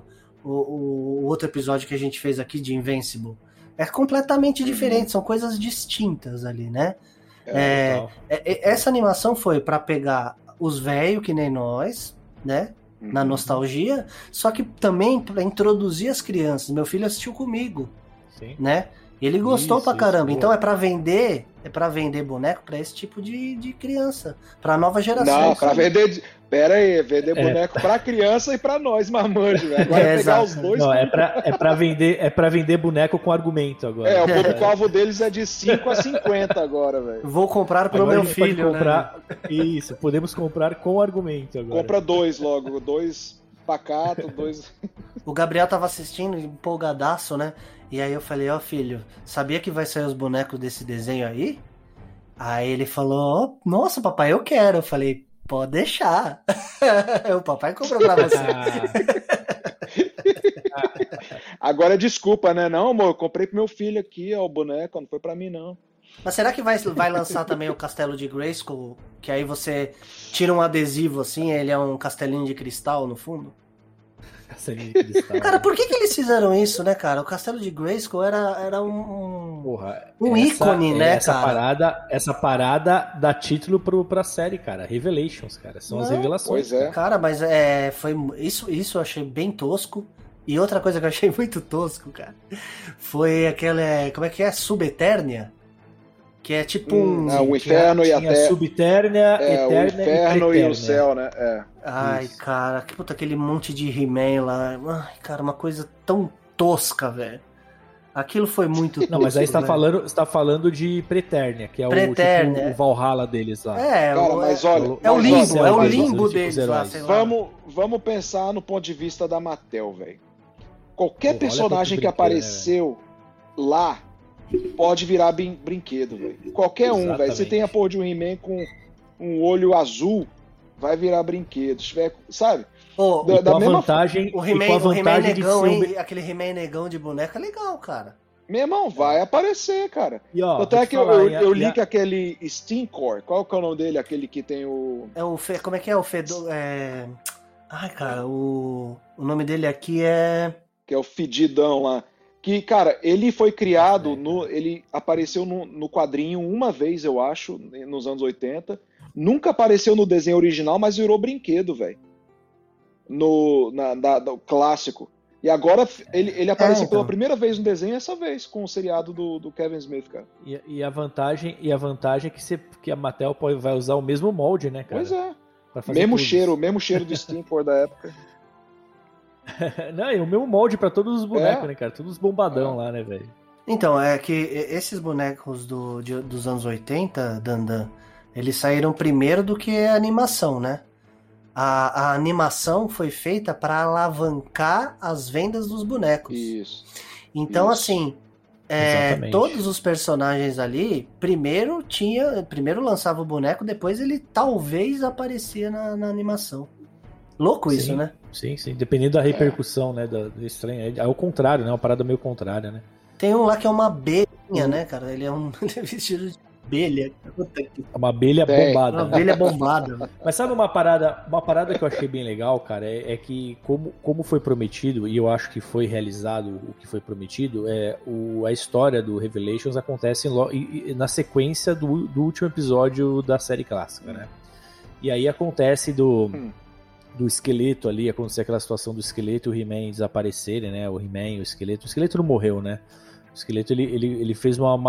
o outro episódio que a gente fez aqui de Invincible. É completamente diferente, são coisas distintas ali, né? Essa animação foi pra pegar os velhos que nem nós, né? Na nostalgia, só que também pra introduzir as crianças. Meu filho assistiu comigo, né? Ele gostou pra caramba. Então é pra vender boneco pra esse tipo de criança, pra nova geração. Não, pra vender... Pera aí, vender boneco pra criança e pra nós, marmanjo, velho. Agora pegar os dois... Não, é pra vender boneco com argumento agora. O público-alvo deles é de 5 a 50 agora, velho. Vou comprar pro meu filho, né? Isso, podemos comprar com argumento agora. Compra 2 logo, 2 pacato, 2... O Gabriel tava assistindo, empolgadaço, né? E aí eu falei, filho, sabia que vai sair os bonecos desse desenho aí? Aí ele falou, nossa, papai, eu quero. Eu falei, pode deixar. O papai comprou pra você. Agora desculpa, né? Não, amor, eu comprei pro meu filho aqui, o boneco, não foi pra mim, não. Mas será que vai lançar também o Castelo de Grayskull? Que aí você tira um adesivo assim, ele é um castelinho de cristal no fundo? Cara, por que eles fizeram isso, né, cara? O Castelo de Grayskull era um ícone, né, cara? Essa parada dá título pra série, cara. Revelations, cara. São as revelações. Pois é. Cara, mas foi isso eu achei bem tosco. E outra coisa que eu achei muito tosco, cara, foi aquela... Como é que é? Subeternia? Que é tipo o inferno e a terra. Subterrânea, eterna, o inferno e o céu, né? Ai, isso. Cara, aquele monte de He-Man lá. Ai, cara, uma coisa tão tosca, velho. Aquilo foi muito tosco. Não, mas aí você tá falando de Preternia, que é o Valhalla deles lá. Cara, mas olha... É o limbo deles lá, sei lá. Vamos pensar no ponto de vista da Mattel, velho. Qualquer personagem que apareceu... lá pode virar brinquedo, velho. Qualquer um, velho. Se tem a porra de um He-Man com um olho azul, vai virar brinquedo. Se tiver, sabe? Da mesma vantagem, o He-Man negão, hein? Aquele He-Man negão de boneca é legal, cara. Meu irmão, vai aparecer, cara. E, ó, até que eu li que aquele Steamcore, qual que é o nome dele? Aquele que tem o... Como é que é o Fedor? Ai, cara, o nome dele aqui é... Que é o Fedidão lá. Que, cara, ele foi criado, ele apareceu no quadrinho uma vez, eu acho, nos anos 80. Nunca apareceu no desenho original, mas virou brinquedo, velho. No clássico. E agora ele apareceu pela primeira vez no desenho, essa vez, com o seriado do Kevin Smith, cara. E a vantagem é que a Mattel vai usar o mesmo molde, né, cara? Pois é. Mesmo cheiro do Steamcore da época. Não, e o mesmo molde pra todos os bonecos, né, cara? Todos bombadão lá, né, velho? Então, é que esses bonecos dos anos 80, Dandan, eles saíram primeiro do que a animação, né? A animação foi feita para alavancar as vendas dos bonecos. Isso. Então, assim, todos os personagens ali, primeiro lançava o boneco, depois ele talvez aparecia na animação. Louco isso, né? Sim. Dependendo da repercussão, né? Do estranho. É o contrário, né? Uma parada meio contrária, né? Tem um lá que é uma abelha, né, cara? Ele é vestido de abelha. Uma abelha bombada. Uma abelha bombada. Mas sabe uma parada que eu achei bem legal, cara? É que como foi prometido, e eu acho que foi realizado o que foi prometido, a história do Revelations acontece na sequência do último episódio da série clássica, né? E aí acontece do esqueleto ali, acontecer aquela situação do esqueleto e o He-Man desaparecerem, né? O He-Man, o esqueleto não morreu, né? O esqueleto ele fez um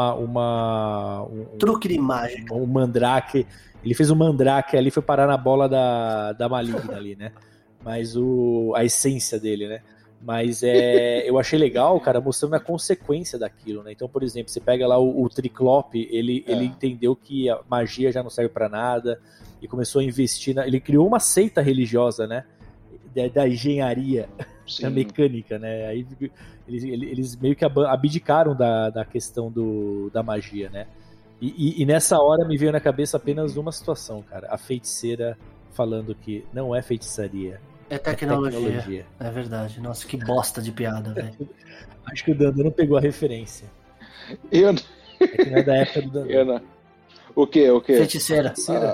truque de mágica. Um mandrake. Ele fez um mandrake ali, foi parar na bola da maligna ali, né? Mas a essência dele, né? Mas eu achei legal, cara, mostrando a consequência daquilo, né? Então, por exemplo, você pega lá o Triclope, ele entendeu que a magia já não serve pra nada e começou a investir ele criou uma seita religiosa, né? Da engenharia, da mecânica, né? Aí eles meio que abdicaram da questão da magia, né? E nessa hora me veio na cabeça apenas uma situação, cara. A feiticeira falando que não é feitiçaria. É tecnologia. É verdade. Nossa, que bosta de piada, velho. Acho que o Dandan não pegou a referência. Eu não. É que não é da época do Dandan. Eu não. O quê? Feiticeira.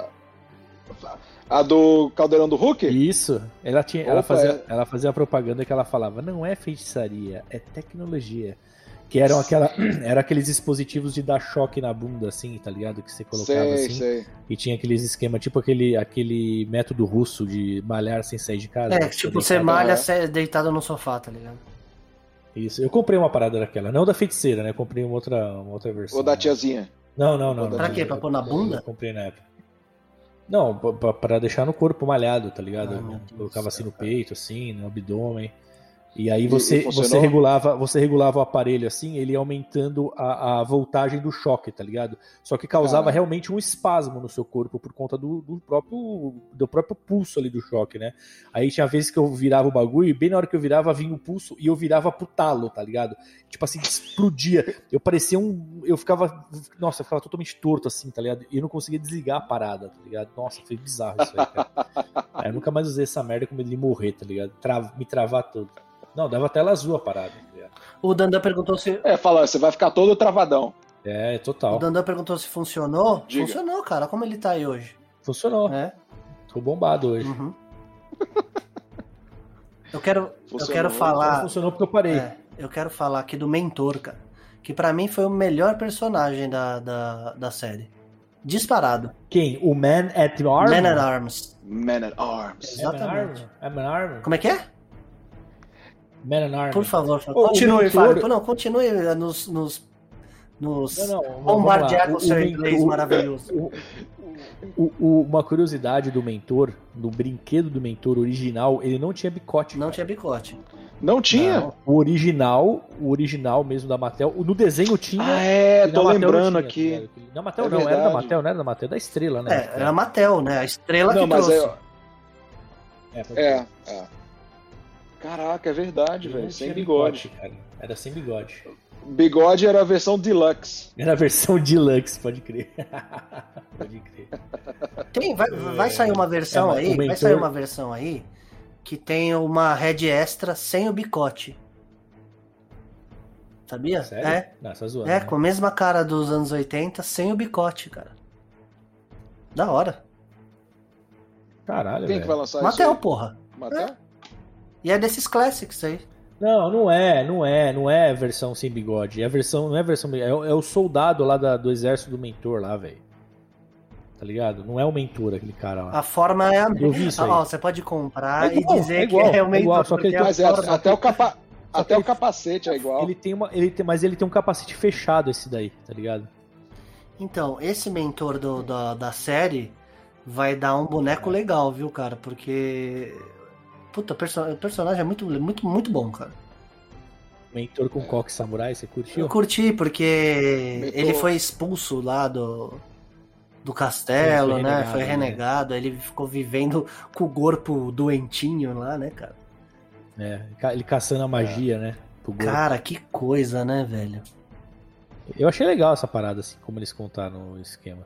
A do Caldeirão do Hulk? Isso. Ela fazia a propaganda que ela falava, não é feitiçaria, é tecnologia. Que eram aqueles dispositivos de dar choque na bunda, assim, tá ligado? Que você colocava assim. E tinha aqueles esquemas, tipo aquele método russo de malhar sem sair de casa. Tipo, você malha deitado no sofá, tá ligado? Isso. Eu comprei uma parada daquela, não da feiticeira, né? Eu comprei uma outra versão. Ou da tiazinha? Não. Pra quê? Pra pôr na bunda? Eu comprei na época. Não, pra deixar no corpo malhado, tá ligado? Colocava assim no peito, assim, no abdômen. E aí você regulava o aparelho assim, ele ia aumentando a voltagem do choque, tá ligado? Só que causava realmente um espasmo no seu corpo por conta do próprio pulso ali do choque, né? Aí tinha vezes que eu virava o bagulho e bem na hora que eu virava, vinha o pulso e eu virava pro talo, tá ligado? Tipo assim, explodia. Eu parecia eu ficava totalmente torto assim, tá ligado? E eu não conseguia desligar a parada, tá ligado? Nossa, foi bizarro isso aí, cara. Aí eu nunca mais usei essa merda com medo de morrer, tá ligado? Me travar todo. Não, dava tela azul a parada. O Dandan perguntou se... fala, você vai ficar todo travadão. Total. O Dandan perguntou se funcionou. Diga. Funcionou, cara. Como ele tá aí hoje? Funcionou. Tô bombado hoje. Uhum. Eu quero falar... Funcionou porque eu parei. Eu quero falar aqui do Mentor, cara. Que pra mim foi o melhor personagem da série. Disparado. Quem? O Man at Arms? Man at Arms. Man at Arms. Exatamente. Man at Arms? Como é que é? Man at Arms. Por favor, continue, Fábio. Não, continue nos bombardear com o seu inglês maravilhoso. Uma curiosidade do Mentor, do brinquedo do Mentor original, ele não tinha bicote. Não tinha bicote. Não tinha? Não. O original mesmo da Mattel, no desenho tinha. Tô lembrando aqui. Na Mattel não, era da Mattel, não era da Mattel, da Estrela, né? Era a Mattel, né? A Estrela que trouxe. Caraca, é verdade, velho. Sem bigode. Cara. Era sem bigode. Bigode era a versão deluxe. Era a versão deluxe, pode crer. Pode crer. Vai sair uma versão aí, vai sair uma versão aí que tem uma head extra sem o bicote. Sabia? Sério? Não, essa zoando, né? né? Com a mesma cara dos anos 80, sem o bicote, cara. Da hora. Caralho, Quem que vai lançar Mattel, isso? porra. Mattel? E é desses classics aí. Não é versão sem bigode. Não é versão. É o soldado lá do exército do mentor lá, velho. Tá ligado? Não é o mentor, aquele cara lá. A forma é a mesma. Eu vi isso aí. Você pode comprar É igual, e dizer é igual, que é o mentor. igual, só que ele tem- Mas até o capacete é igual. Mas ele tem um capacete fechado, esse daí, tá ligado? Então, esse mentor da série vai dar um boneco legal, viu, cara? Porque... Puta, o personagem é muito, muito, muito bom, cara. Mentor com coque samurai, você curtiu? Eu curti, porque Mentor. ele foi expulso lá do castelo, Foi né? renegado, Foi renegado. Aí ele ficou vivendo com o corpo doentinho lá, né, cara? É, ele caçando a magia, né? Pro gol. Cara, que coisa, né, velho? Eu achei legal essa parada, assim, como eles contaram o esquema.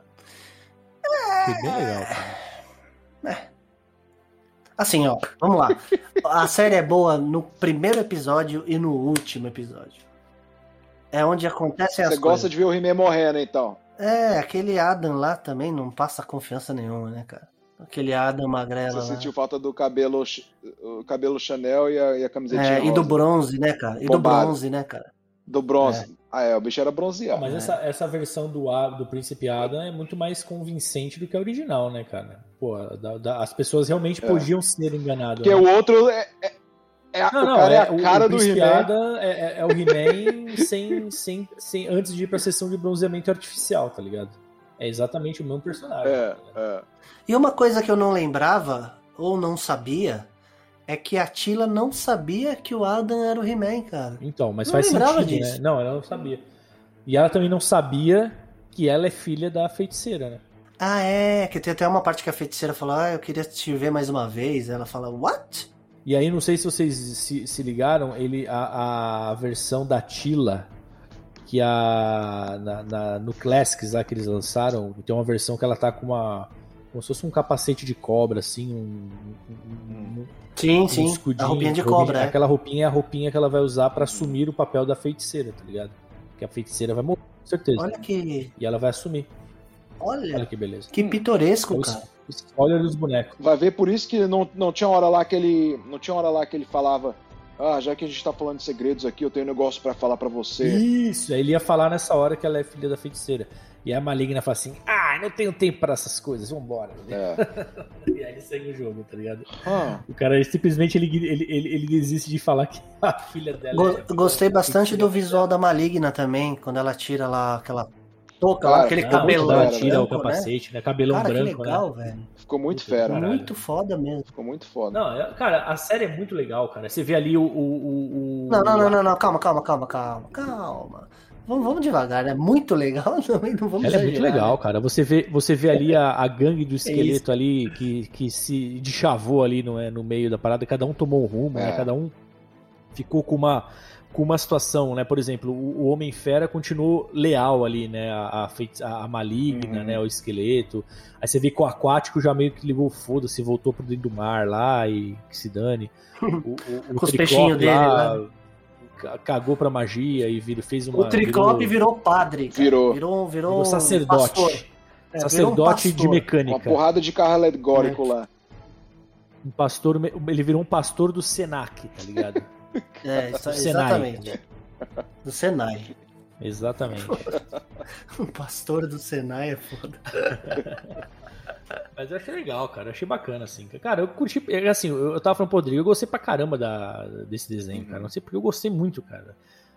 Foi bem legal, cara. Assim, ó, vamos lá. A série é boa no primeiro episódio e no último episódio. É onde acontecem as Você coisas. gosta de ver o He-Man morrendo, então. É, aquele Adam lá também não passa confiança nenhuma, né, cara? Aquele Adam magrelo Você lá. sentiu falta do cabelo, o cabelo Chanel e a camisetinha E do rosa. bronze, né, cara? Bombado. Cara? Do bronze. O bicho era bronzeado. Mas essa versão do Príncipe Adam é muito mais convincente do que a original, né, cara? Pô, as pessoas realmente podiam ser enganadas. Porque né? o outro é a cara do Príncipe He-Man. Adam é o He-Man sem antes de ir pra sessão de bronzeamento artificial, tá ligado? É exatamente o mesmo personagem. E uma coisa que eu não lembrava, ou não sabia, é que a Tila não sabia que o Adam era o He-Man, cara. Então, mas Não faz lembrava sentido, disso. né? Não, ela não sabia. E ela também não sabia que ela é filha da feiticeira, né? Ah, que tem até uma parte que a feiticeira fala, eu queria te ver mais uma vez. Ela fala, what? E aí, não sei se vocês se ligaram, a versão da Tila, que no Classics lá que eles lançaram, tem uma versão que ela tá com como se fosse um capacete de cobra, assim, Sim, um escudinho. a roupinha de cobra, Aquela roupinha é a roupinha que ela vai usar pra assumir o papel da feiticeira, tá ligado? Porque a feiticeira vai morrer, com certeza. Olha que... E ela vai assumir. Olha Olha, que beleza. que pitoresco, É o cara. spoiler dos bonecos. Vai ver por isso que não tinha hora lá que ele falava, já que a gente tá falando de segredos aqui, eu tenho um negócio pra falar pra você. Isso, aí ele ia falar nessa hora que ela é filha da feiticeira. E a Maligna fala assim, não tenho tempo pra essas coisas, vambora. E aí ele segue o jogo, tá ligado? O cara simplesmente ele desiste de falar que a filha dela Gostei bastante do visual da Maligna também, quando ela tira lá aquela touca, lá, aquele cabelão ela branco, tira o capacete, né? Cabelão cara, branco, que legal, né? velho. Ficou muito fera. Caralho. Muito foda mesmo. Ficou muito foda. Não, cara, a série é muito legal, cara. Você vê ali o... Não, calma. Vamos devagar, né? Muito legal também, não vamos Ela é exagerar, muito legal, né? cara. Você vê ali a gangue do esqueleto ali que se deschavou ali no meio da parada, cada um tomou um rumo, né? Cada um ficou com uma situação, né? Por exemplo, o Homem-Fera continuou leal ali, né? A Maligna, né? O esqueleto. Aí você vê que o Aquático já meio que ligou foda-se, voltou pro dentro do mar lá e que se dane. O Com os peixinhos dele, lá, né? cagou pra magia e fez uma... O Triclope virou padre, cara. Virou sacerdote. pastor. Sacerdote de mecânica. Uma porrada de carro alegórico lá. Um pastor, ele virou um pastor do Senac, tá ligado? Exatamente. Do Senai. Exatamente. O pastor do Senai é foda. Mas eu achei legal, cara. Eu achei bacana, assim. Cara, eu curti. Assim, eu tava falando pro Rodrigo, eu gostei pra caramba desse desenho, cara. Não sei porque eu gostei muito, cara.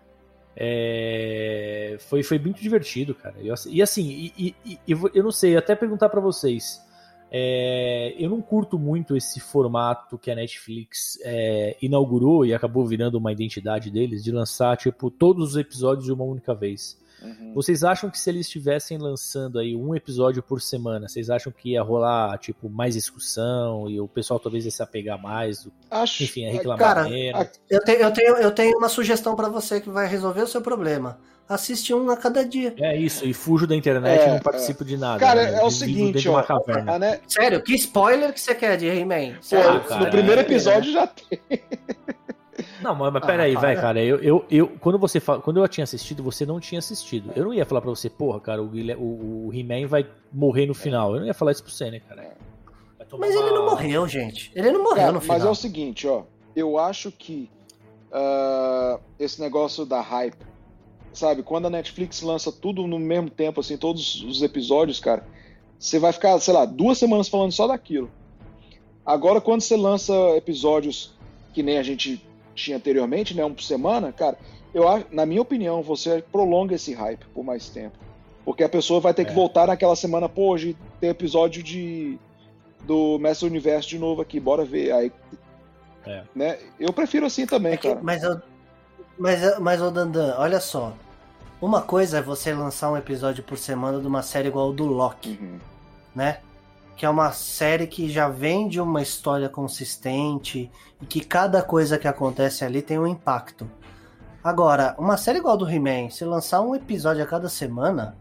Foi muito divertido, cara. E assim, eu não sei, até perguntar pra vocês. Eu não curto muito esse formato que a Netflix inaugurou e acabou virando uma identidade deles, de lançar, tipo, todos os episódios de uma única vez. Vocês acham que se eles estivessem lançando aí um episódio por semana, vocês acham que ia rolar, tipo, mais discussão e o pessoal talvez ia se apegar mais? Enfim, ia reclamar menos? Eu tenho uma sugestão pra você que vai resolver o seu problema. Assiste um a cada dia. É isso, e fujo da internet e não participo de nada. Cara, né? é o seguinte, ó. Né? Sério, que spoiler que você quer de He-Man? No primeiro episódio já tem. Não, mas peraí, cara. Quando eu tinha assistido, você não tinha assistido. Eu não ia falar pra você, porra, cara, o He-Man vai morrer no final. Eu não ia falar isso pra você, né, cara? Mas ele não morreu, gente. Ele não morreu cara, no final. Mas é o seguinte, ó. Eu acho que esse negócio da hype, sabe? Quando a Netflix lança tudo no mesmo tempo, assim, todos os episódios, cara, você vai ficar, sei lá, 2 semanas falando só daquilo. Agora, quando você lança episódios que nem a gente tinha anteriormente, né, um por semana, cara, na minha opinião, você prolonga esse hype por mais tempo. Porque a pessoa vai ter que voltar naquela semana, pô, hoje tem episódio do Mestre Universo de novo aqui, bora ver. Aí, né? Eu prefiro assim também, cara. Mas, ô Dandan, olha só. Uma coisa é você lançar um episódio por semana de uma série igual o do Loki, né? Que é uma série que já vem de uma história consistente e que cada coisa que acontece ali tem um impacto. Agora, uma série igual do He-Man, se lançar um episódio a cada semana,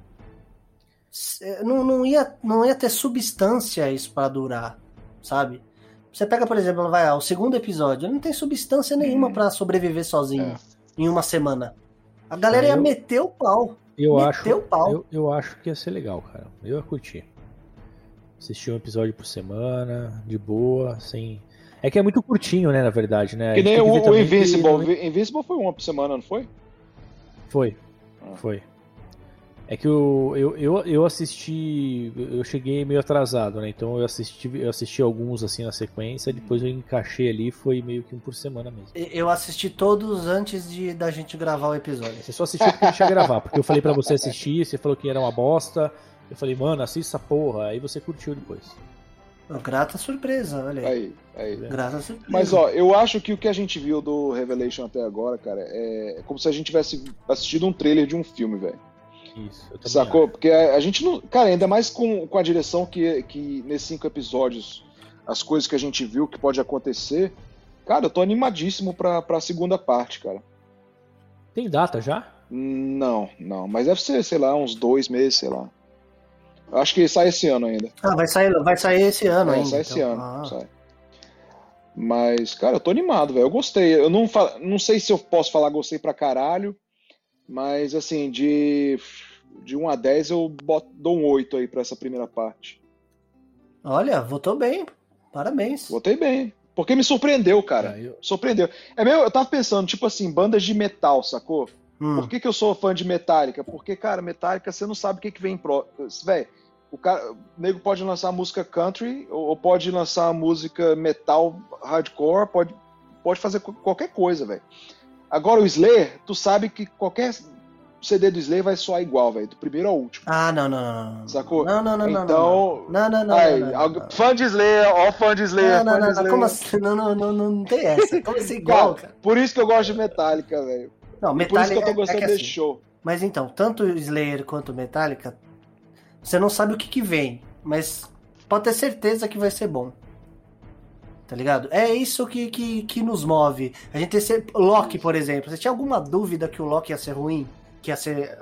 não ia ter substância isso pra durar, sabe? Você pega, por exemplo, o segundo episódio, ele não tem substância nenhuma pra sobreviver sozinho em uma semana. A galera ia meter o pau. Eu acho que ia ser legal, cara. Eu ia curtir. Assistir um episódio por semana, de boa, sem... É que é muito curtinho, né, na verdade, né? Que nem o Invincible. Invincible foi uma por semana, não foi? Foi. É que eu assisti... Eu cheguei meio atrasado, né? Então eu assisti alguns, assim, na sequência, depois eu encaixei ali, foi meio que um por semana mesmo. Eu assisti todos antes da gente gravar o episódio. Você só assistiu porque a gente ia gravar, porque eu falei pra você assistir, você falou que era uma bosta... Eu falei, mano, assista essa porra. Aí você curtiu depois. Grata surpresa, olha aí. Grata surpresa. Mas, ó, eu acho que o que a gente viu do Revelation até agora, cara, é como se a gente tivesse assistido um trailer de um filme, velho. Isso, eu também sacou? acho. Porque a gente não... Cara, ainda mais com a direção que nesses 5 episódios, as coisas que a gente viu que pode acontecer, cara, eu tô animadíssimo pra segunda parte, cara. Tem data já? Não. Mas deve ser, sei lá, uns 2 meses, sei lá. Acho que sai esse ano ainda. Vai sair esse ano ainda. Sai esse ano, sai. Mas, cara, eu tô animado, velho. Eu gostei. Eu não sei se eu posso falar gostei pra caralho, mas, assim, de 1 a 10 eu dou um 8 aí pra essa primeira parte. Olha, votou bem. Parabéns. Votei bem. Porque me surpreendeu, cara. Surpreendeu. Eu tava pensando, tipo assim, bandas de metal, sacou? Por que eu sou fã de Metallica? Porque, cara, Metallica, você não sabe o que vem pro... Véi, o nego pode lançar música country, ou pode lançar música metal hardcore, pode fazer qualquer coisa, velho. Agora o Slayer, tu sabe que qualquer CD do Slayer vai soar igual, velho, do primeiro ao último. Não. Sacou? Não. Então... Não. Fã de Slayer, fã de Slayer. Não. Como assim? Não tem essa. Como assim igual, cara? Por isso que eu gosto de Metallica, velho. Não, Metallica, por isso que eu tô gostando desse show. Mas então, tanto o Slayer quanto o Metallica, você não sabe o que vem, mas pode ter certeza que vai ser bom. Tá ligado? É isso que nos move. A gente tem Loki, por exemplo. Você tinha alguma dúvida que o Loki ia ser ruim? Que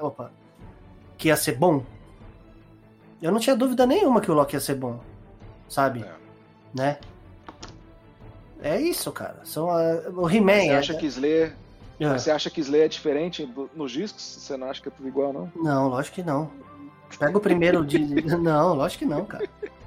ia ser bom? Eu não tinha dúvida nenhuma que o Loki ia ser bom. Sabe? Né? É isso, cara. O He-Man... Você acha que Slayer é diferente nos discos? Você não acha que é tudo igual, não? Não, lógico que não. Pega o primeiro de... Não, lógico que não, cara.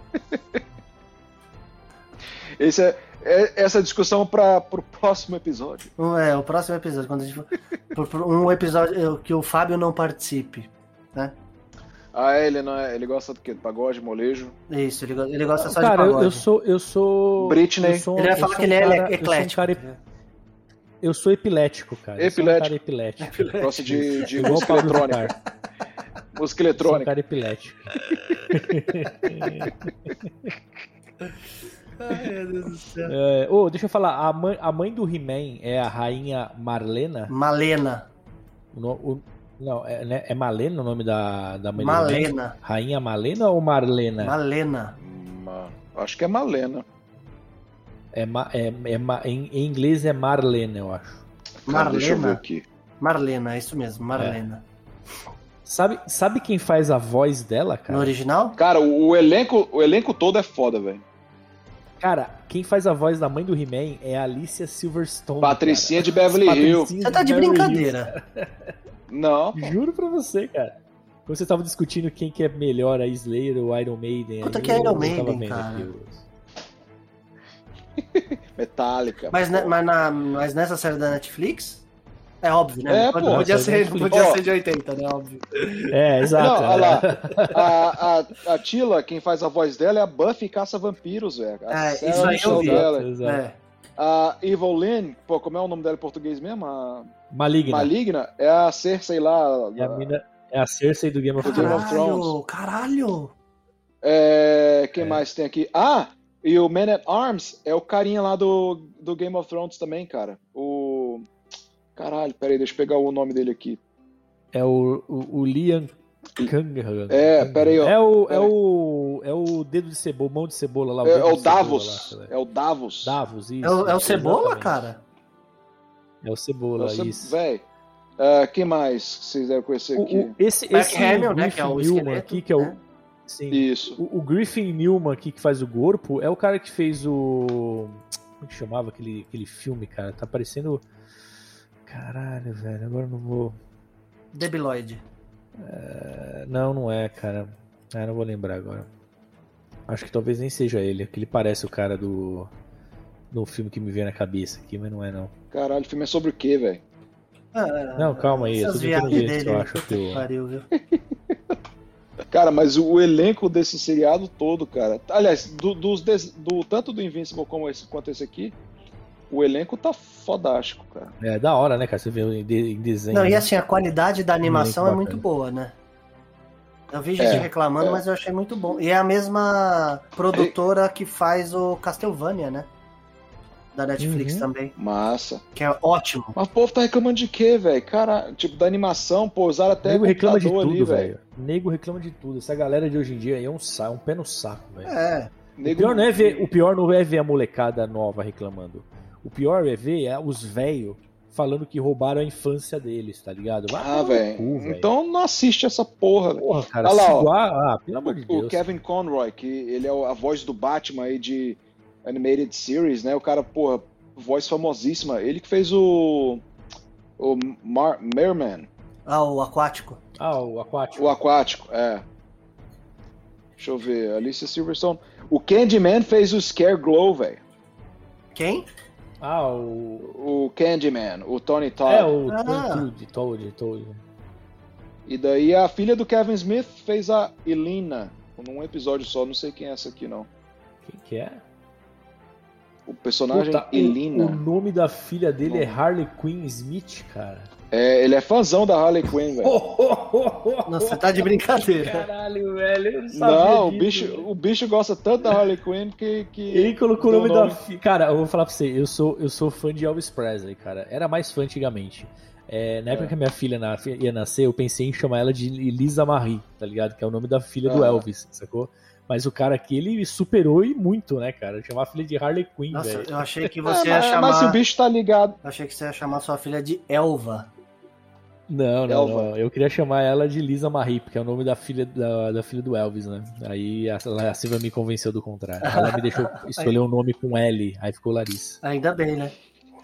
Essa discussão pro próximo episódio. O próximo episódio. Quando a gente for... um episódio que o Fábio não participe, né? Ele gosta do quê? Pagode, molejo? Isso, ele gosta só de pagode. Eu sou... Britney. Ele vai falar que ele é eclético. Eu sou epilético, cara. Epilético. Gosta de música eletrônica. Música eletrônica. Eu sou um cara epilético. Ai, meu Deus do céu. Deixa eu falar. A mãe do He-Man é a rainha Marlena? Malena. O Não, é Malena o nome da mãe Malena. do Rainha Malena ou Marlena? Malena. Acho que é Malena. Em inglês é Marlena, eu acho. Cara, deixa eu ver Marlena. aqui. Marlena, é isso mesmo, Marlena. Sabe quem faz a voz dela, cara? No original? Cara, o elenco todo é foda, velho. Cara, quem faz a voz da mãe do He-Man é a Alicia Silverstone. Patricinha cara. de Beverly Hills. Você tá de brincadeira. Não. Juro pra você, cara. Quando você tava discutindo quem que é melhor, a Slayer ou Iron Maiden. Puta aí que é Iron eu tava Maiden, vendo cara. aqui Metallica. Mas nessa série da Netflix? É óbvio, né? É, Não pô, podia essa ser, Netflix. não podia Ó. ser de 80, né? Óbvio. exato. Não, olha lá. A Tila, quem faz a voz dela é a Buffy Caça-Vampiros, velho. A Sarah isso aí eu Michelle vi. Gellar. Exato. É. A Evelyn, pô, como é o nome dela em português mesmo? A Maligna. Maligna é a Cersei lá. É a Cersei do Game of Game Thrones. of Thrones. Caralho! Quem mais tem aqui? E o Man at Arms é o carinha lá do Game of Thrones também, cara. Caralho, peraí, deixa eu pegar o nome dele aqui. É o Liam Cunningham. Peraí, ó. É o dedo de cebola, mão de cebola lá. É dedo o de cebola Davos. lá, É o Davos. Davos, isso. É o Cebola, exatamente. cara? É o Cebola, isso. Véi. Quem mais vocês devem conhecer aqui? Esse Mark Hamill, né? Griffin Que é o Newman esqueleto, aqui, que é o... né? Sim. Isso. O Griffin Newman aqui, que faz o corpo, é o cara que fez o... Como que chamava aquele filme, cara? Tá parecendo... Caralho, velho, agora eu não vou... Debi Lloyd. Não é, cara. Não vou lembrar agora. Acho que talvez nem seja ele, que ele parece o cara do filme que me veio na cabeça aqui, mas não é não. Caralho, o filme é sobre o quê, velho? Não, calma aí, eu tô Essas tentando viagens ver se dele, eu acho puta que que eu... pariu, viu? Cara, mas o elenco desse seriado todo, cara... Aliás, tanto do Invincible quanto esse aqui, o elenco tá fodástico, cara. É da hora, né, cara? Você vê em desenho. Não, e né? assim, a qualidade da animação é bacana. muito boa, né? Eu vi gente reclamando, mas eu achei muito bom. E é a mesma produtora que faz o Castlevania, né? Da Netflix também. Massa. Que é ótimo. Mas o povo tá reclamando de quê, velho? Cara, tipo, da animação, pô, usaram até Nego reclama de computador tudo, ali, velho. Nego reclama de tudo. Essa galera de hoje em dia aí é um pé no saco, velho. É. Nego... O pior não é ver a molecada nova reclamando. O pior é ver os velhos falando que roubaram a infância deles, tá ligado? Velho. Então não assiste essa porra, velho. Porra, cara, olha lá, ó. pelo amor de Deus. O Kevin Conroy, que ele é a voz do Batman aí de Animated Series, né? O cara, porra, voz famosíssima. Ele que fez o Merman. O aquático. O aquático. O aquático, Deixa eu ver, Alicia Silverstone. O Candyman fez o Scareglow, velho. Quem? O Candyman, o Tony Todd. O Todd. E daí a filha do Kevin Smith fez a Elena, num episódio só, não sei quem é essa aqui não. Quem que é? O personagem Elena. O nome da filha dele é Harley Quinn Smith, cara. Ele é fãzão da Harley Quinn, velho. Nossa, você tá de brincadeira. Caralho, velho, eu não sabia Não, disso, o bicho gosta tanto da Harley Quinn que ele colocou o nome da filha. Cara, eu vou falar pra você, eu sou fã de Elvis Presley, cara. Era mais fã antigamente. Na época que a minha filha ia nascer, eu pensei em chamar ela de Elisa Marie, tá ligado? Que é o nome da filha do Elvis, sacou? Mas o cara aqui, ele superou e muito, né, cara? Chamar a filha de Harley Quinn, velho. Nossa, eu achei que você ia chamar... Mas se o bicho tá ligado... Eu achei que você ia chamar sua filha de Elva. Não. Eu queria chamar ela de Lisa Marie, porque é o nome da filha do Elvis, né? Aí a Silvia me convenceu do contrário. Ela me deixou escolher um nome com L, aí ficou Larissa. Ainda bem, né?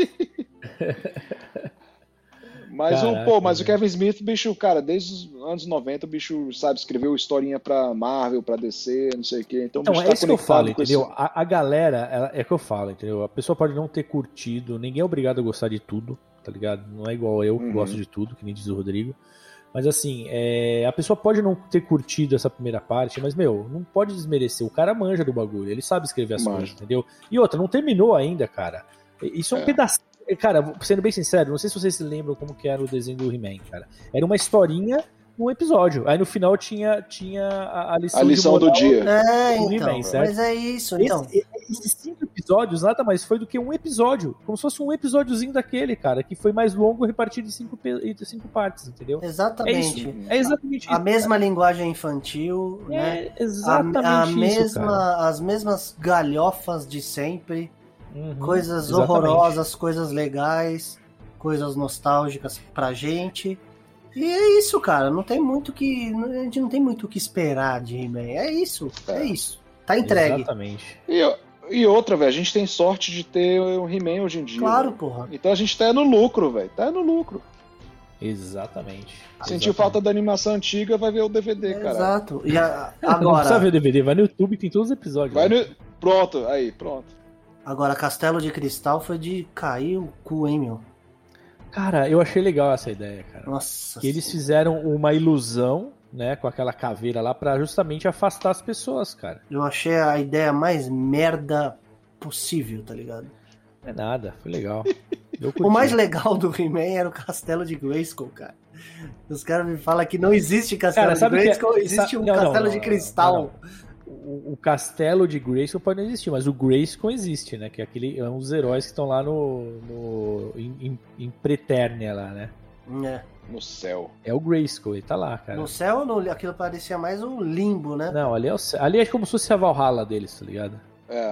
Mas, Caraca, mas o Kevin Smith, bicho, cara, desde os anos 90, o bicho, sabe, escreveu historinha pra Marvel, pra DC, não sei o quê. Então, o bicho é isso que eu falo, entendeu? Esse... A galera, é que eu falo, entendeu? A pessoa pode não ter curtido, ninguém é obrigado a gostar de tudo, tá ligado? Não é igual eu, que gosto de tudo, que nem diz o Rodrigo. Mas assim, a pessoa pode não ter curtido essa primeira parte, mas, não pode desmerecer. O cara manja do bagulho, ele sabe escrever as coisas, entendeu? E outra, não terminou ainda, cara. Isso é um pedacinho. Cara, sendo bem sincero, não sei se vocês se lembram como que era o desenho do He-Man, cara. Era uma historinha num episódio. Aí no final tinha a lição do dia. Então, He-Man, certo? mas é isso, então. Esses 5 episódios nada mais foi do que um episódio. Como se fosse um episódiozinho daquele, cara, que foi mais longo, repartido em 5 partes, entendeu? Exatamente. É exatamente isso. A mesma linguagem infantil, né? Exatamente isso, as mesmas galhofas de sempre, coisas exatamente. horrorosas, coisas legais, coisas nostálgicas pra gente. E é isso, cara. Não tem muito que. A gente não tem muito o que esperar de He-Man. É isso. Tá entregue. Exatamente. E outra, velho, a gente tem sorte de ter o He-Man hoje em dia. Claro, véio. porra. Então a gente tá no lucro, velho. Tá no lucro. Exatamente. Sentiu falta da animação antiga, vai ver o DVD, cara. Exato. E Não precisa agora. ver o DVD, vai no YouTube, tem todos os episódios. Vai né? no... Pronto, aí, pronto. Agora, Castelo de Cristal foi de cair o cu, hein, meu? Cara, eu achei legal essa ideia, cara. Nossa. Que eles fizeram uma ilusão, né, com aquela caveira lá, pra justamente afastar as pessoas, cara. Eu achei a ideia mais merda possível, tá ligado? Não é nada, foi legal. Eu O curti. mais legal do He-Man era o Castelo de Grayskull, cara. Os caras me falam que não existe Castelo Cara, de sabe que Grayskull, existe um Castelo de Cristal. O castelo de Grayskull pode não existir, mas o Grayskull existe, né? Que é um dos heróis que estão lá em Pretérnia lá, né? É. No céu. É o Grayskull, ele tá lá, cara. No céu, aquilo parecia mais um limbo, né? Não, ali é o céu. Ali é como se fosse a Valhalla deles, tá ligado? É.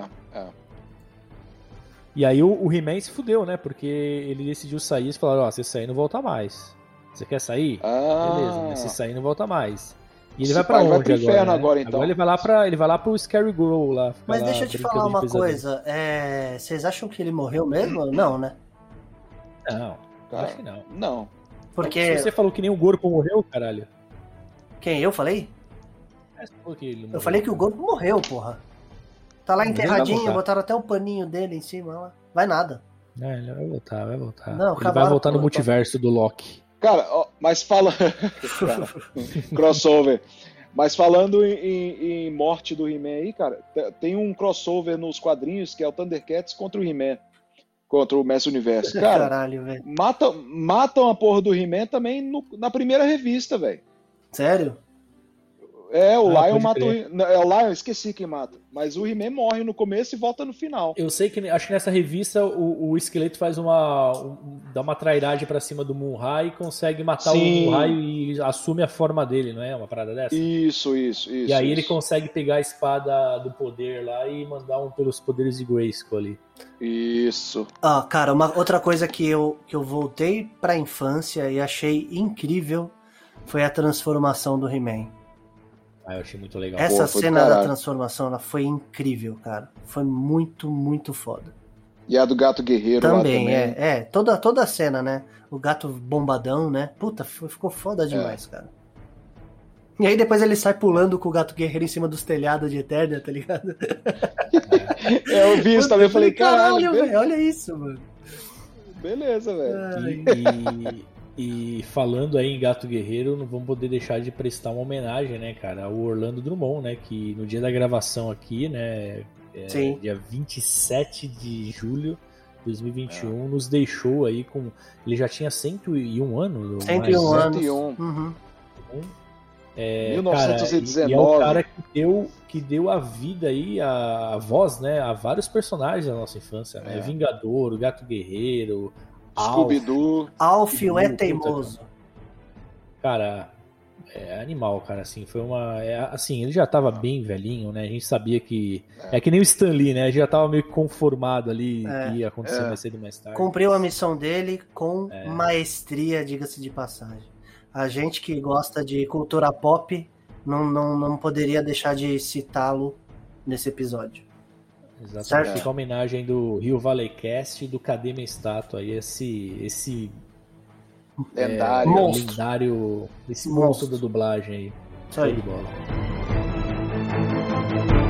E aí o He-Man se fudeu, né? Porque ele decidiu sair e falaram, ó, você sair não volta mais. Você quer sair? Beleza, mas se sair não volta mais. E ele vai pra onde vai pro inferno agora, né? agora, então. Agora ele vai lá pro Scary Grow lá. Mas lá deixa eu te brincando falar de uma pesadelo. coisa. Vocês acham que ele morreu mesmo? Não, né? Não, Cara, acho que não. Não. Porque. Se você falou que nem o Gorpo morreu, caralho. Quem? Eu falei? Você falou que ele morreu. Eu falei que o Gorpo morreu, porra. Tá lá Ele vai enterradinho, voltar. botaram até o paninho dele em cima lá. Vai nada. É, ele vai voltar. Não, ele acabaram vai voltar no com- multiverso do Loki. Cara, ó, mas fala. Cara, crossover. Mas falando em morte do He-Man aí, cara, tem um crossover nos quadrinhos que é o Thundercats contra o He-Man. Contra o Mestre Universo. Cara, Caralho, velho. matam a porra do He-Man também na primeira revista, velho. Sério? É, o Ah, Lion pode mata crer. É o Lion, esqueci quem mata. Mas o He-Man morre no começo e volta no final. Eu sei que, acho que nessa revista o Esqueleto faz dá uma trairagem pra cima do Moon-Ra e consegue matar Sim. o Moon-Ra e assume a forma dele, não é? Uma parada dessa? Isso. E aí ele isso. consegue pegar a espada do poder lá e mandar pelos poderes de Grayskull ali. Isso. Ah, cara, outra coisa que eu voltei pra infância e achei incrível foi a transformação do He-Man. Ah, eu achei muito legal. Essa foi do cena da caralho. transformação ela foi incrível, cara. Foi muito, muito foda. E a do Gato Guerreiro lá Também, também. toda a cena, né? O gato bombadão, né? Puta, ficou foda demais, cara. E aí depois ele sai pulando com o gato guerreiro em cima dos telhados de Eternia, tá ligado? Eu vi isso também, eu falei, caralho, velho, olha isso, mano. beleza, velho. E falando aí em Gato Guerreiro, não vamos poder deixar de prestar uma homenagem, né, cara, ao Orlando Drummond, né, que no dia da gravação aqui, né, Sim. dia 27 de julho de 2021, nos deixou aí com... Ele já tinha 101 anos? 101 anos. 101. Uhum. Cara, 1919. e é o cara que deu a vida aí, a voz, né, a vários personagens da nossa infância, né, Vingador, o Gato Guerreiro... Scooby-Doo. Alfio é Puta, teimoso. Cara, é animal, cara, assim, foi uma... assim, ele já tava bem velhinho, né, a gente sabia que... É que nem o Stan Lee, né, a gente já tava meio conformado ali que ia acontecer mais cedo ou mais tarde. Cumpriu a missão dele com maestria, diga-se de passagem. A gente que gosta de cultura pop não poderia deixar de citá-lo nesse episódio. Exatamente, Certo. fica a homenagem do Rio Valley Cast e do Cadê Minha Estátua aí, esse Lendário. Monstro. lendário, esse Monstro. monstro da dublagem aí. Isso aí. Show de bola.